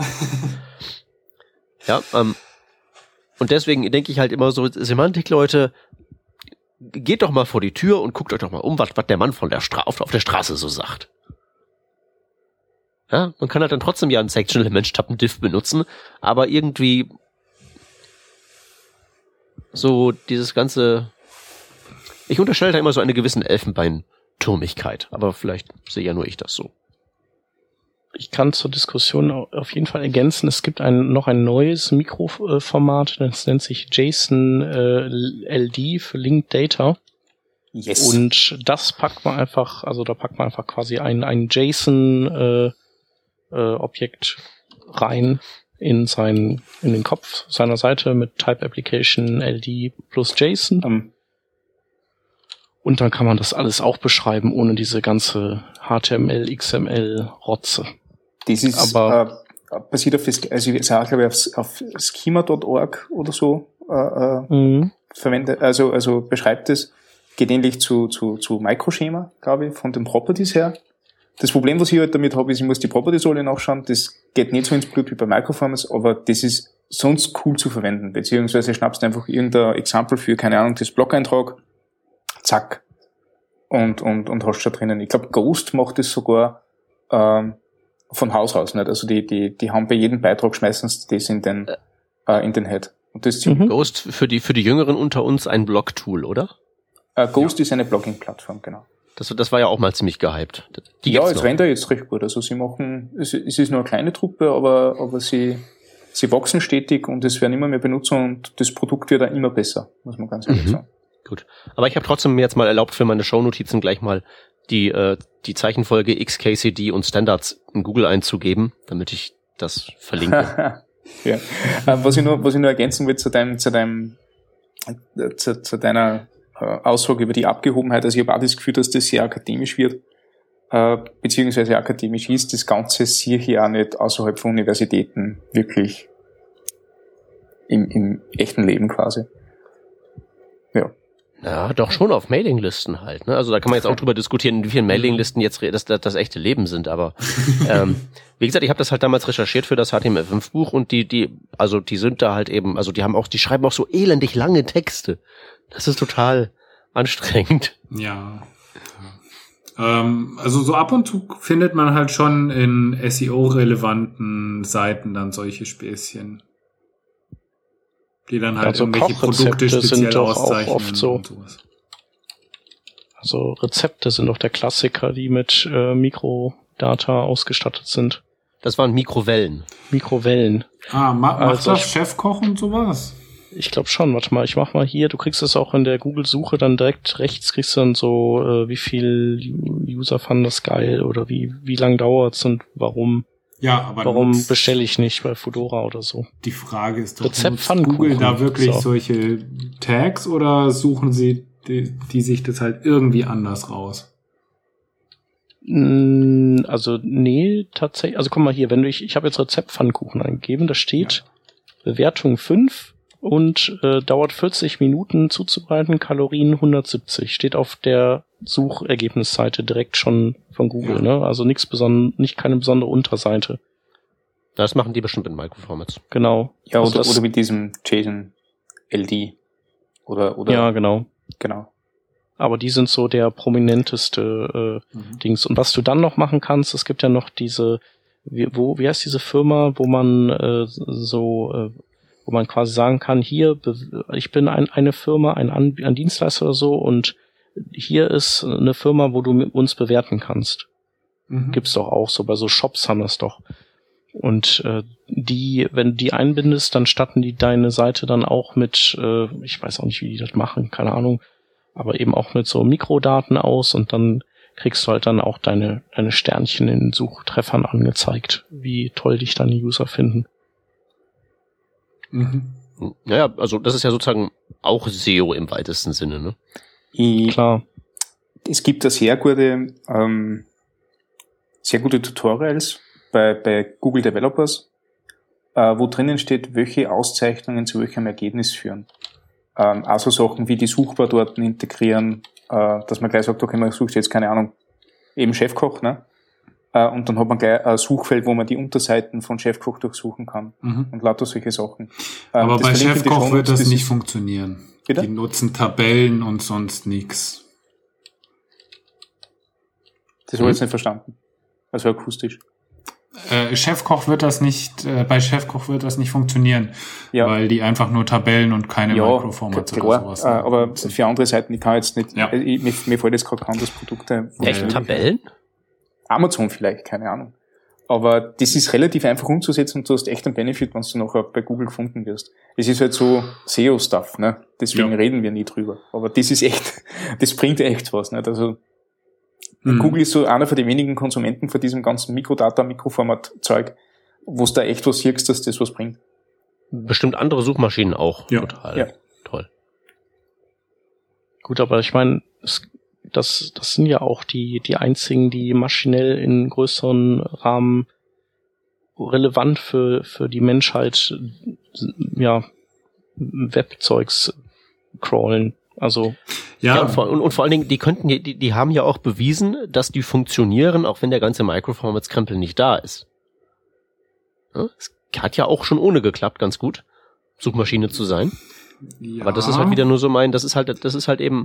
Ja, ähm, und deswegen denke ich halt immer so, Semantik-Leute, geht doch mal vor die Tür und guckt euch doch mal um, was, was der Mann von der Stra- auf, auf der Straße so sagt. Ja, man kann halt dann trotzdem ja ein Section-Element-Tappen-Diff benutzen, aber irgendwie so dieses ganze, ich unterstelle da immer so eine gewissen Elfenbeinturmigkeit, aber vielleicht sehe ja nur ich das so. ich kann zur Diskussion auf jeden Fall ergänzen, es gibt ein noch ein neues Mikroformat, das nennt sich JSON äh, L D für Linked Data. Yes. Und das packt man einfach, also da packt man einfach quasi ein, ein JSON äh, äh, Objekt rein in seinen, in den Kopf seiner Seite mit Type Application L D plus JSON. Um. Und dann kann man das alles auch beschreiben, ohne diese ganze H T M L, X M L-Rotze. Das ist Aber äh, basiert auf, also ich sage, glaube ich, auf, auf schema Punkt org oder so äh, äh, mhm. verwendet, also also beschreibt es, geht ähnlich zu zu zu Microschema, glaube ich, von den Properties her. Das Problem, was ich halt damit habe, ist, ich muss die Properties alle nachschauen. Das geht nicht so ins Blut wie bei Microformats, aber das ist sonst cool zu verwenden. Beziehungsweise schnappst du einfach irgendein Exempel für, keine Ahnung, das Blog-Eintrag, zack, und und und hast da drinnen. Ich glaube, Ghost macht das sogar ähm, von Haus aus nicht. Also die die die haben bei jedem Beitrag schmeißen sie das in den äh, in den Head. Und das ist mhm. Ghost für die für die Jüngeren unter uns ein Blog-Tool, oder? Äh, Ghost ja. ist eine Blogging-Plattform, genau. Das, das war ja auch mal ziemlich gehypt. Die ja, es rennt ja jetzt recht gut. Also sie machen, es, es ist nur eine kleine Truppe, aber aber sie sie wachsen stetig und es werden immer mehr Benutzer und das Produkt wird auch immer besser, muss man ganz ehrlich mhm. sagen. Gut. Aber ich habe trotzdem mir jetzt mal erlaubt, für meine Shownotizen gleich mal die äh, die Zeichenfolge X K C D und Standards in Google einzugeben, damit ich das verlinke. ja. äh, was ich nur was ich nur ergänzen will zu deinem zu deinem äh, zu, zu deiner äh, Aussage über die Abgehobenheit, also ich habe auch das Gefühl, dass das sehr akademisch wird, äh, beziehungsweise akademisch ist. Das Ganze sehe ich ja auch nicht außerhalb von Universitäten wirklich im, im echten Leben quasi. Ja. Ja, doch schon auf Mailinglisten halt, ne? Also da kann man jetzt auch drüber diskutieren, wie viele Mailinglisten jetzt das, das, das echte Leben sind, aber ähm, wie gesagt, ich habe das halt damals recherchiert für das H T M L fünf Buch und die die also die sind da halt eben, also die haben auch die schreiben auch so elendig lange Texte. Das ist total anstrengend. Ja. Ähm, also so ab und zu findet man halt schon in S E O-relevanten Seiten dann solche Späßchen, die dann halt also irgendwelche Produkte speziell sind doch auszeichnen auch oft so. und sowas. Also Rezepte sind doch der Klassiker, die mit äh, Mikrodata ausgestattet sind. Das waren Mikrowellen. Mikrowellen. Ah, ma macht Also das ich- Chefkoch und sowas? Ich glaube schon, warte mal, ich mach mal hier, du kriegst es auch in der Google-Suche dann direkt rechts, kriegst du dann so, äh, wie viel User fanden das geil oder wie wie lang dauert's und warum Ja, aber warum nutzt- bestelle ich nicht bei Foodora oder so. Die Frage ist doch, Rezept nutzt Pfannkuchen. Google da wirklich So. solche Tags oder suchen sie die, die sich das halt irgendwie anders raus? Mm, Also nee, tatsächlich, also guck mal hier, wenn du ich ich habe jetzt Rezept Pfannkuchen eingegeben, da steht Bewertung fünf und äh, dauert vierzig Minuten zuzubereiten, Kalorien hundertsiebzig. Steht auf der Suchergebnisseite direkt schon von Google, Ja. ne? Also nichts beson nicht keine besondere Unterseite. Das machen die bestimmt in Microformats. Genau. Ja, Also oder, das- oder mit diesem JSON L D. Oder, oder, Ja, genau. genau. Aber die sind so der prominenteste äh, Mhm. Dings. Und was du dann noch machen kannst, es gibt ja noch diese, wie, wo, wie heißt diese Firma, wo man äh, so, äh, wo man quasi sagen kann, hier, be- ich bin ein, eine Firma, ein, An ein Dienstleister oder so und hier ist eine Firma, wo du mit uns bewerten kannst. Mhm. Gibt's doch auch so, bei so Shops haben das doch. Und äh, die, wenn du die einbindest, dann statten die deine Seite dann auch mit, äh, ich weiß auch nicht, wie die das machen, keine Ahnung, aber eben auch mit so Mikrodaten aus und dann kriegst du halt dann auch deine, deine Sternchen in den Suchtreffern angezeigt, wie toll dich deine User finden. Mhm. Naja, also das ist ja sozusagen auch S E O im weitesten Sinne, ne? Ich, Klar. es gibt da sehr gute, ähm, sehr gute Tutorials bei, bei Google Developers, äh, wo drinnen steht, welche Auszeichnungen zu welchem Ergebnis führen. Ähm, also Sachen wie die Suchbardaten integrieren, äh, dass man gleich sagt, okay, man sucht jetzt, keine Ahnung, eben Chefkoch, ne? Äh, und dann hat man gleich ein Suchfeld, wo man die Unterseiten von Chefkoch durchsuchen kann. Mhm. Und lauter solche Sachen. Ähm, Aber das bei verlinke ich in die Chefkoch Shownotes, wird das, das nicht ist- funktionieren. Bitte? Die nutzen Tabellen und sonst nichts. Das habe ich jetzt nicht verstanden. Also akustisch. Äh, Chefkoch wird das nicht, äh, bei Chefkoch wird das nicht funktionieren, Ja. weil die einfach nur Tabellen und keine Ja, Microformats oder klar, sowas äh, aber nutzen. für andere Seiten, ich kann jetzt nicht, Ja. äh, ich, mir, mir fällt jetzt gerade kein anderes Produkt ein. wo Echt ich- Tabellen? Amazon vielleicht, keine Ahnung. Aber das ist relativ einfach umzusetzen und du hast echt einen Benefit, wenn du nachher bei Google gefunden wirst. Es ist halt so S E O-Stuff, ne? Deswegen ja. reden wir nie drüber. Aber das ist echt, das bringt echt was, nicht? Also, mhm. Google ist so einer von den wenigen Konsumenten von diesem ganzen Mikrodata, Mikroformat-Zeug, wo es da echt was siehst, dass das was bringt. Bestimmt andere Suchmaschinen auch. Ja. Total ja. toll. Gut, aber ich meine, das, das sind ja auch die, die einzigen, die maschinell in größeren Rahmen relevant für, für die Menschheit, ja, Webzeugs crawlen. Also, ja, ja und, vor, und, und vor allen Dingen, die könnten, die, die haben ja auch bewiesen, dass die funktionieren, auch wenn der ganze Microformats-Krempel nicht da ist. Ja, es hat ja auch schon ohne geklappt, ganz gut, Suchmaschine zu sein. Ja. Aber das ist halt wieder nur so mein, das ist halt, das ist halt eben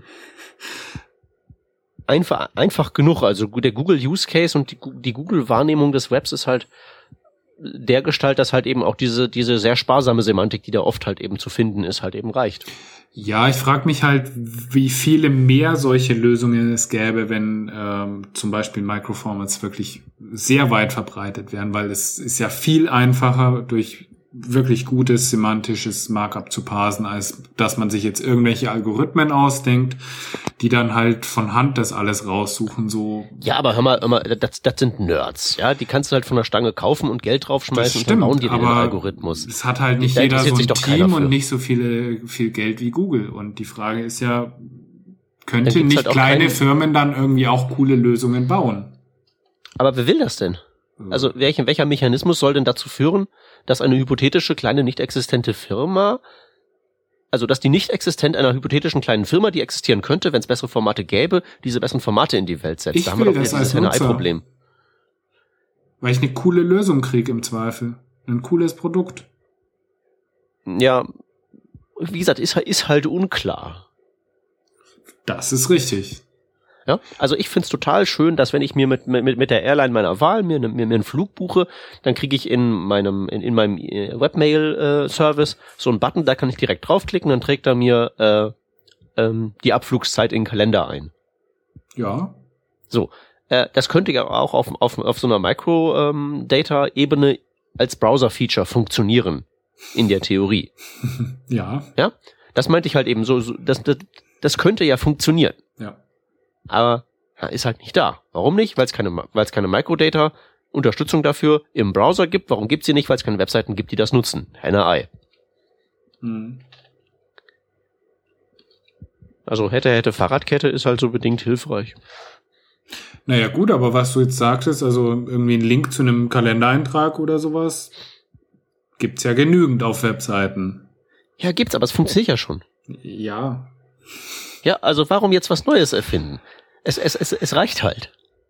einfach, einfach genug. Also der Google-Use-Case und die, die Google-Wahrnehmung des Webs ist halt der Gestalt, dass halt eben auch diese, diese sehr sparsame Semantik, die da oft halt eben zu finden ist, halt eben reicht. Ja, ich frage mich halt, wie viele mehr solche Lösungen es gäbe, wenn ähm, zum Beispiel Microformats wirklich sehr weit verbreitet wären, weil es ist ja viel einfacher, durch wirklich gutes semantisches Markup zu parsen, als dass man sich jetzt irgendwelche Algorithmen ausdenkt, die dann halt von Hand das alles raussuchen, so. Ja, aber hör mal, hör mal, das, das sind Nerds, ja, die kannst du halt von der Stange kaufen und Geld draufschmeißen und dann bauen die den Algorithmus. Es hat halt nicht jeder so ein Team und nicht so viele, viel Geld wie Google. Und die Frage ist ja, könnte nicht halt kleine Firmen dann irgendwie auch coole Lösungen bauen? Aber wer will das denn? Also welchen, welcher Mechanismus soll denn dazu führen, dass eine hypothetische kleine nicht existente Firma, also dass die nicht existent einer hypothetischen kleinen Firma, die existieren könnte, wenn es bessere Formate gäbe, diese besseren Formate in die Welt setzt? Ich da haben will wir doch das als dieses N I-Problem. Weil ich eine coole Lösung kriege im Zweifel. Ein cooles Produkt. Ja, wie gesagt, ist, ist halt unklar. Das ist richtig. Ja, also ich find's total schön, dass wenn ich mir mit mit mit der Airline meiner Wahl mir ne, mir, mir einen Flug buche, dann kriege ich in meinem in, in meinem Webmail äh, Service so einen Button, da kann ich direkt draufklicken, dann trägt er mir äh, ähm, die Abflugszeit in den Kalender ein. Ja. So, äh, das könnte ja auch auf auf auf so einer Micro-Data-Ebene als Browser-Feature funktionieren in der Theorie. Ja. Ja, das meinte ich halt eben so, so das, das das könnte ja funktionieren. Ja. Aber ja, ist halt nicht da. Warum nicht? Weil es keine, weil es keine Microdata-Unterstützung dafür im Browser gibt. Warum gibt's sie nicht? Weil es keine Webseiten gibt, die das nutzen. Henne Ei. Hm. Also hätte, hätte Fahrradkette ist halt so bedingt hilfreich. Naja gut, aber was du jetzt sagtest, also irgendwie ein Link zu einem Kalendereintrag oder sowas, gibt's ja genügend auf Webseiten. Ja, gibt's, aber es funktioniert ja schon. Ja. Ja, also warum jetzt was Neues erfinden? Es, es, es, es reicht halt.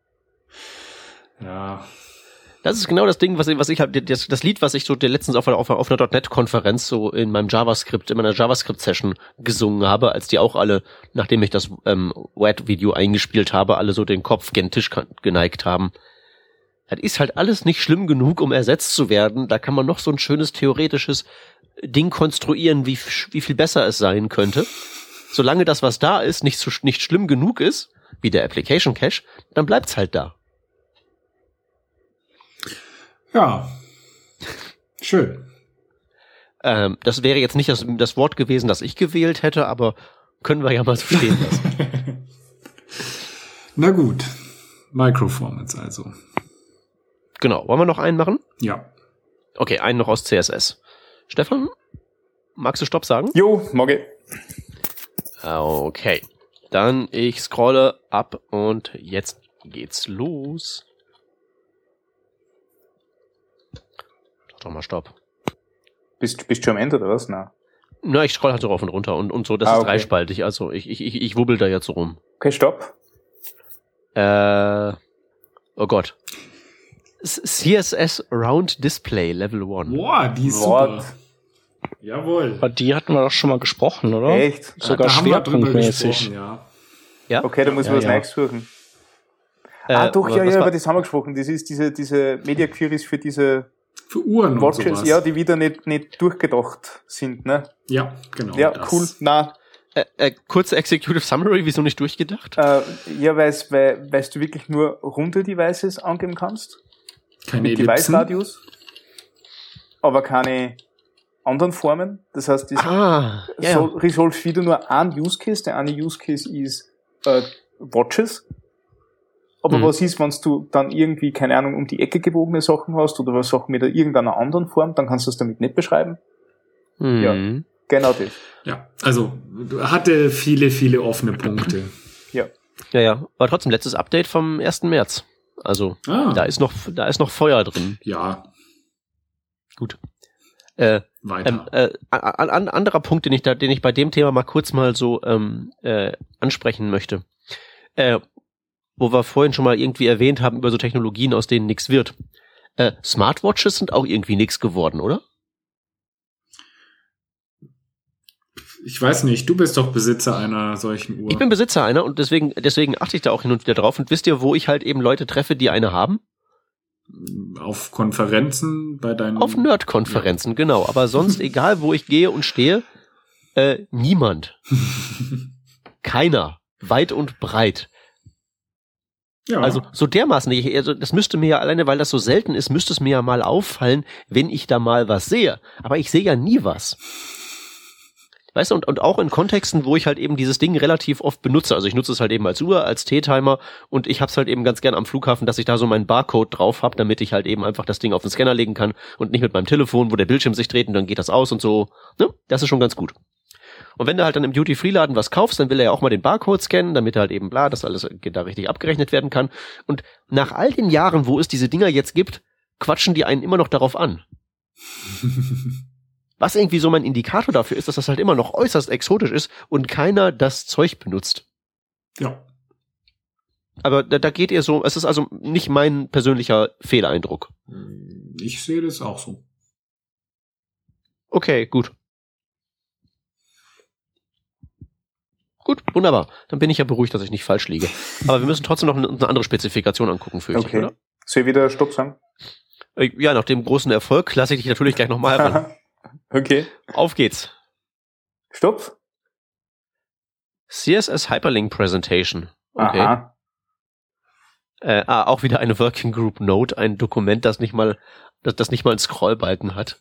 Ja. Das ist genau das Ding, was ich, was ich halt, das, das Lied, was ich so der letztens auf, auf, auf einer .NET-Konferenz so in meinem JavaScript, in meiner JavaScript-Session gesungen habe, als die auch alle, nachdem ich das ähm, W A D-Video eingespielt habe, alle so den Kopf gen Tisch geneigt haben. Das ist halt alles nicht schlimm genug, um ersetzt zu werden. Da kann man noch so ein schönes theoretisches Ding konstruieren, wie, wie viel besser es sein könnte. Solange das, was da ist, nicht so, nicht schlimm genug ist, wie der Application Cache, dann bleibt's halt da. Ja. Schön. Ähm, das wäre jetzt nicht das, das Wort gewesen, das ich gewählt hätte, aber können wir ja mal so stehen lassen. Na gut. Microformats also. Genau. Wollen wir noch einen machen? Ja. Okay, einen noch aus C S S. Stefan, magst du Stopp sagen? Jo, mag ich. Okay, dann ich scrolle ab und jetzt geht's los. Sag doch mal Stopp. Bist, bist du am Ende oder was? Na, Na, ich scroll halt so rauf und runter und, und so, das ah, ist okay. dreispaltig, also ich, ich, ich, ich wubbel da jetzt so rum. Okay, Stopp. Äh, oh Gott. C S S Round Display Level eins. Boah, die ist What? super. Jawohl. Aber die hatten wir doch schon mal gesprochen, oder? Echt? Sogar da schwerpunktmäßig. Ja. Ja? Okay, da muss man Ja, was ja. Neues suchen. Äh, ah, doch, ja, was ja, war- über das haben wir gesprochen. Das ist diese, diese Media Queries für diese Für Uhren und Watches, sowas. ja, die wieder nicht, nicht durchgedacht sind, ne? Ja, genau. Ja, das. cool. Na, Äh, äh, kurze Executive Summary, wieso nicht durchgedacht? äh, ja, weil's, weil, weil du wirklich nur runde Devices angeben kannst. Keine mit Ellipsen. Device-Radius, aber keine anderen Formen. Das heißt, das Ah, ja, so ja. resolve wieder nur ein Use Case. Der eine Use Case ist äh, Watches. Aber Mhm. was ist, wenn du dann irgendwie, keine Ahnung, um die Ecke gebogene Sachen hast oder was Sachen mit irgendeiner anderen Form, dann kannst du das damit nicht beschreiben. Mhm. Ja. Genau das. Ja, also hatte viele, viele offene Punkte. Ja. Ja, ja. Aber trotzdem, letztes Update vom ersten März. Also, Ah, da ist noch, da ist noch Feuer drin. ja, Gut. Äh, weiter. ähm, äh, an, an, anderer Punkt, den ich da, den ich bei dem Thema mal kurz mal so ähm, äh, ansprechen möchte. Äh, wo wir vorhin schon mal irgendwie erwähnt haben über so Technologien, aus denen nichts wird. Äh, Smartwatches sind auch irgendwie nichts geworden, oder? Ich weiß nicht, du bist doch Besitzer einer solchen Uhr. Ich bin Besitzer einer und deswegen, deswegen achte ich da auch hin und wieder drauf. Und wisst ihr, wo ich halt eben Leute treffe, die eine haben? Auf Konferenzen bei deinen... Auf Nerd-Konferenzen, genau. Aber sonst, egal wo ich gehe und stehe, äh, niemand. Keiner. Weit und breit. Ja. Also so dermaßen nicht. Also das müsste mir ja alleine, weil das so selten ist, müsste es mir ja mal auffallen, wenn ich da mal was sehe. Aber ich sehe ja nie was. Weißt du, und, und auch in Kontexten, wo ich halt eben dieses Ding relativ oft benutze. Also ich nutze es halt eben als Uhr, als T-Timer und ich hab's halt eben ganz gern am Flughafen, dass ich da so meinen Barcode drauf hab, damit ich halt eben einfach das Ding auf den Scanner legen kann und nicht mit meinem Telefon, wo der Bildschirm sich dreht und dann geht das aus und so. Ne? Das ist schon ganz gut. Und wenn du halt dann im Duty-Free-Laden was kaufst, dann will er ja auch mal den Barcode scannen, damit halt eben bla, das alles da richtig abgerechnet werden kann. Und nach all den Jahren, wo es diese Dinger jetzt gibt, quatschen die einen immer noch darauf an. Was irgendwie so mein Indikator dafür ist, dass das halt immer noch äußerst exotisch ist und keiner das Zeug benutzt. Ja. Aber da, da geht ihr so, es ist also nicht mein persönlicher Fehlereindruck. Ich sehe das auch so. Okay, gut. Gut, wunderbar. Dann bin ich ja beruhigt, dass ich nicht falsch liege. Aber wir müssen trotzdem noch eine, eine andere Spezifikation angucken, fürchte Okay. ich, oder? Soll ich wieder Stopp sagen? Äh, Ja, nach dem großen Erfolg lasse ich dich natürlich gleich nochmal ran. Okay. Auf geht's. Stopp. C S S Hyperlink Presentation. Okay. Aha. Äh, ah, auch wieder eine Working Group Note, ein Dokument, das nicht mal, das, das nicht mal einen Scrollbalken hat.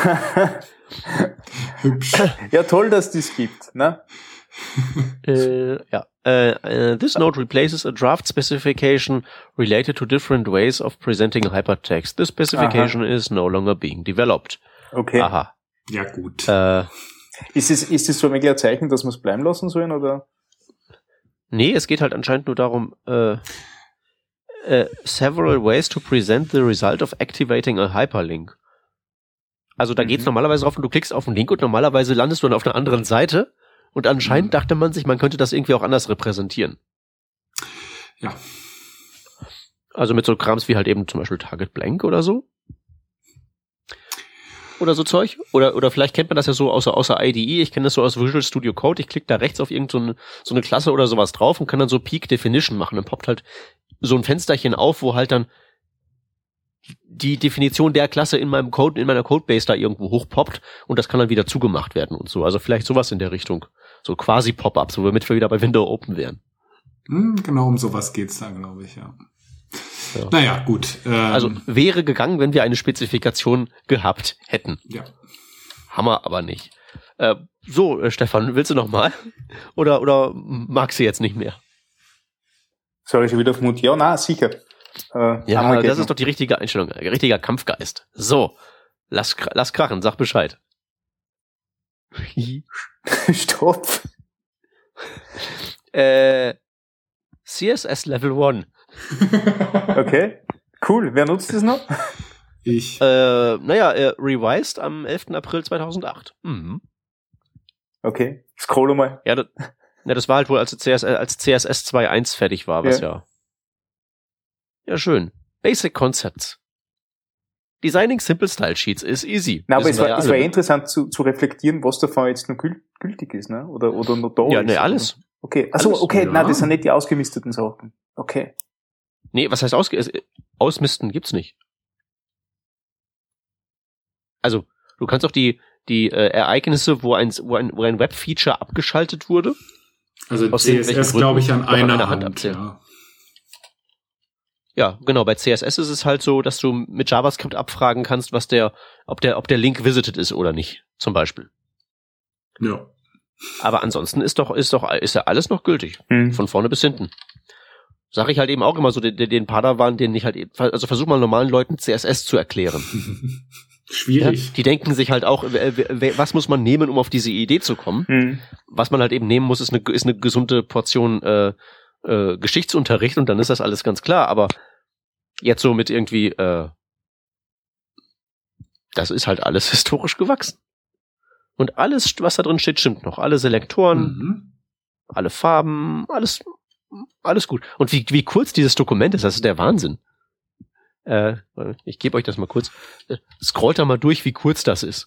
Hübsch. Ja, toll, dass das gibt, ne? äh, ja. Uh, uh, this note replaces a draft specification related to different ways of presenting hypertext. This specification is no longer being developed. Okay. Aha. Ja, gut. Äh, Ist es, ist es so ein wenig ein Zeichen, dass wir es bleiben lassen sollen, oder? nee, es geht halt anscheinend nur darum, äh, äh, several ways to present the result of activating a hyperlink. Also da Mhm. geht's normalerweise drauf und du klickst auf den Link und normalerweise landest du dann auf einer anderen Seite und anscheinend Mhm. dachte man sich, man könnte das irgendwie auch anders repräsentieren. Ja. Also mit so Krams wie halt eben zum Beispiel Target Blank oder so. Oder so Zeug. Oder oder vielleicht kennt man das ja so außer, außer I D E. Ich kenne das so aus Visual Studio Code. Ich klicke da rechts auf irgend so eine, so eine Klasse oder sowas drauf und kann dann so Peak Definition machen. Dann poppt halt so ein Fensterchen auf, wo halt dann die Definition der Klasse in meinem Code, in meiner Codebase da irgendwo hochpoppt und das kann dann wieder zugemacht werden und so. Also vielleicht sowas in der Richtung. So quasi Pop-ups, womit wir wieder bei Window Open wären. Hm, genau um sowas geht's da, glaube ich, ja. Ja. Naja, gut. Ähm, Also wäre gegangen, wenn wir eine Spezifikation gehabt hätten. ja. Hammer aber nicht. Äh, so, äh, Stefan, willst du noch mal? Oder, oder magst du jetzt nicht mehr? Soll ich schon wieder auf Mut? Ja, na, sicher. Äh, Ja, einmal geht das noch. ist doch die richtige Einstellung. Ein richtiger Kampfgeist. So, lass, kr- lass krachen, sag Bescheid. Stopp. äh, C S S Level eins. Okay. Cool. Wer nutzt das noch? Ich. Äh, naja, äh, revised am elften April zweitausendacht. Mhm. Okay. Scroll mal. Ja, das, ja, das war halt wohl, als C S S, als C S S zwei Punkt eins fertig war, was ja. ja. Ja, schön. Basic Concepts. Designing Simple Style Sheets is easy. Na, aber Wissen es wir war, ja es alle, war ne? interessant zu, zu reflektieren, was davon jetzt noch gül- gültig ist, ne? Oder, oder noch da Ja, ist. ne, alles. Okay. Achso, Alles, okay. ja. Nein, das sind nicht die ausgemisteten Sachen. Okay. Nee, was heißt ausge es- ausmisten? Gibt's nicht. Also, du kannst auch die, die äh, Ereignisse, wo ein, wo ein, wo ein Web-Feature abgeschaltet wurde. Also aus C S irgendwelchen S glaube ich an Gründen noch an einer einer Hand Hand. abzählen. Ja. Ja, genau. Bei C S S ist es halt so, dass du mit JavaScript abfragen kannst, was der, ob der, ob der Link visited ist oder nicht, zum Beispiel. Ja. Aber ansonsten ist doch, ist doch, ist ja alles noch gültig. Mhm. Von vorne bis hinten. Sag ich halt eben auch immer so, den, den Padawan, den ich halt eben, also versuch mal normalen Leuten C S S zu erklären. Schwierig. Ja, die denken sich halt auch, was muss man nehmen, um auf diese Idee zu kommen? Mhm. Was man halt eben nehmen muss, ist eine, ist eine gesunde Portion äh, äh, Geschichtsunterricht und dann ist das alles ganz klar. Aber jetzt so mit irgendwie, äh, das ist halt alles historisch gewachsen. Und alles, was da drin steht, stimmt noch. Alle Selektoren, Mhm. alle Farben, alles, alles gut. Und wie, wie kurz dieses Dokument ist, das ist der Wahnsinn. Äh, ich gebe euch das mal kurz. Äh, scrollt da mal durch, wie kurz das ist.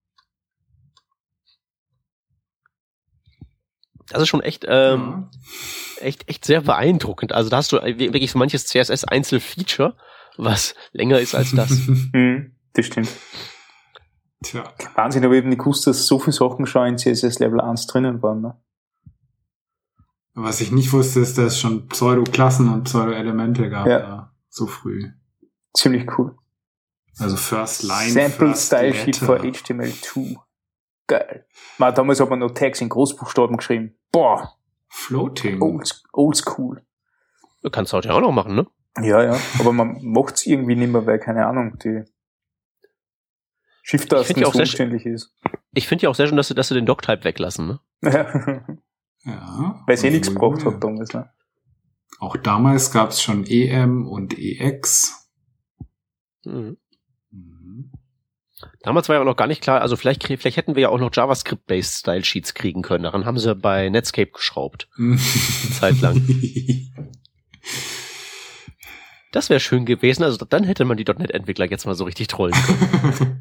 Das ist schon echt, ähm, ja. echt, echt sehr beeindruckend. Also da hast du wirklich so manches C S S-Einzelfeature, was länger ist als das. Mhm, das stimmt. Tja. Wahnsinn, aber ich habe nicht gewusst, dass so viele Sachen schon in C S S Level eins drinnen waren. Ne? Was ich nicht wusste, ist, dass es schon Pseudo-Klassen und Pseudo-Elemente gab. Ja. Ja, so früh. Ziemlich cool. Also First Line, Sample First Style Sheet Letter. for H T M L zwei. Geil. Man, damals hat man noch Tags in Großbuchstaben geschrieben. Boah, Floating. old, old school. Du kannst heute ja auch noch machen, ne? Ja, ja, aber man macht's irgendwie nicht mehr, weil, keine Ahnung, die Ich Shift-Tasten find ja so auch sehr umständlich ist. Ich finde ja auch sehr schön, dass sie, dass sie den Doctype weglassen, ne? Ja. Weil es eh nichts Und- gebraucht hat damals, ne? Auch damals gab es schon E M und E X. Mhm. Mhm. Damals war ja auch noch gar nicht klar, also vielleicht, krie- vielleicht hätten wir ja auch noch JavaScript-based Style Sheets kriegen können. Daran haben sie bei Netscape geschraubt. Eine Zeit lang. Das wäre schön gewesen. Also dann hätte man die .N E T-Entwickler jetzt mal so richtig trollen können.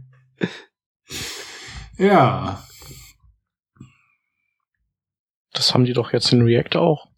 Ja. Das haben die doch jetzt in React auch.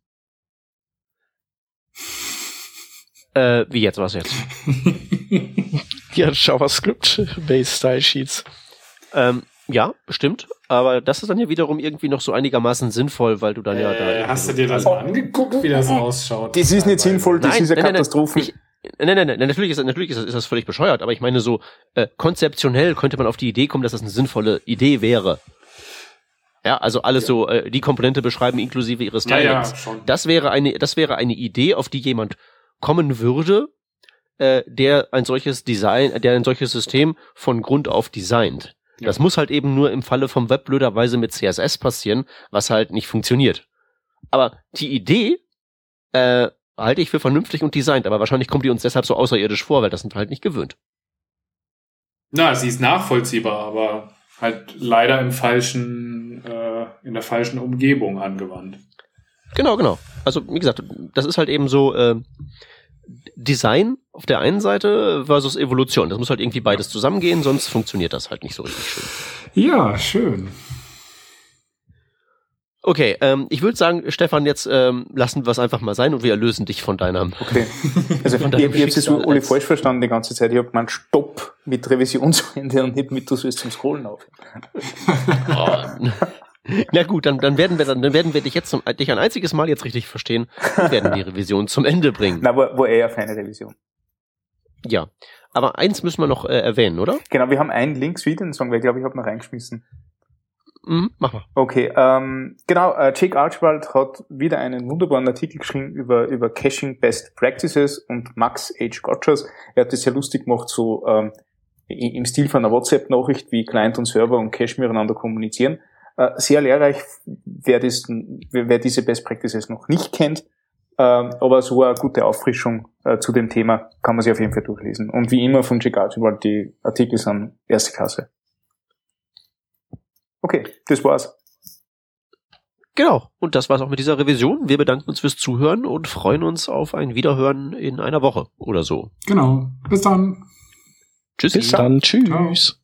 äh, wie jetzt, was jetzt? Ja, JavaScript-based Style Sheets. Ähm, ja, bestimmt. Aber das ist dann ja wiederum irgendwie noch so einigermaßen sinnvoll, weil du dann ja da... Äh, hast du dir das mal angeguckt, wie das ausschaut? Das ist nicht sinnvoll, das Nein, ist eine nein, nein, nein. Katastrophe. Ich, nein, nein, nein, natürlich ist, natürlich ist, das, ist das völlig bescheuert, aber ich meine so, äh, konzeptionell könnte man auf die Idee kommen, dass das eine sinnvolle Idee wäre. Ja, also alles so, äh, die Komponente beschreiben inklusive ihres Ja, ja, Stylings. schon. Das wäre eine, das wäre eine Idee, auf die jemand kommen würde, äh, der ein solches Design, der ein solches System von Grund auf designt. Ja. Das muss halt eben nur im Falle vom Web blöderweise mit C S S passieren, was halt nicht funktioniert. Aber die Idee, äh, halte ich für vernünftig und designt, aber wahrscheinlich kommt die uns deshalb so außerirdisch vor, weil das sind wir halt nicht gewöhnt. Na, sie ist nachvollziehbar, aber halt leider im falschen, äh, in der falschen Umgebung angewandt. Genau, genau. Also, wie gesagt, das ist halt eben so, äh, Design auf der einen Seite versus Evolution. Das muss halt irgendwie beides zusammengehen, sonst funktioniert das halt nicht so richtig schön. Ja, schön. Okay, ähm, ich würde sagen, Stefan, jetzt ähm, lassen wir es einfach mal sein und wir erlösen dich von deinem... Okay. Also ich, Von ich, deinem ich habe es so Schicksal alle als- falsch verstanden die ganze Zeit. Ich habe gemeint, Stopp mit Revision zu Ende und nicht mit, du sollst zum Scrollen auf. Oh. Na gut, dann, dann werden wir dann, dann werden wir dich jetzt zum, dich ein einziges Mal jetzt richtig verstehen und werden die Revision zum Ende bringen. Na, war, war eher eine feine Revision. Ja, aber eins müssen wir noch äh, erwähnen, oder? Genau, wir haben einen Links wieder, den sagen wir, ich glaube, ich habe noch reingeschmissen. Mhm, mach mal. Okay, ähm, genau, äh, Jake Archibald hat wieder einen wunderbaren Artikel geschrieben über, über Caching Best Practices und Max H. Gotchers. Er hat das sehr lustig gemacht, so ähm, i- im Stil von einer WhatsApp-Nachricht, wie Client und Server und Cache miteinander kommunizieren. Äh, sehr lehrreich, wer, das, wer, wer diese Best Practices noch nicht kennt, äh, aber so eine gute Auffrischung äh, zu dem Thema kann man sich auf jeden Fall durchlesen. Und wie immer von Jake Archibald, die Artikel sind erste Klasse. Okay, das war's. Genau, und das war's auch mit dieser Revision. Wir bedanken uns fürs Zuhören und freuen uns auf ein Wiederhören in einer Woche oder so. Genau. Bis dann. Tschüssi. Bis dann. Tschüss. Ciao.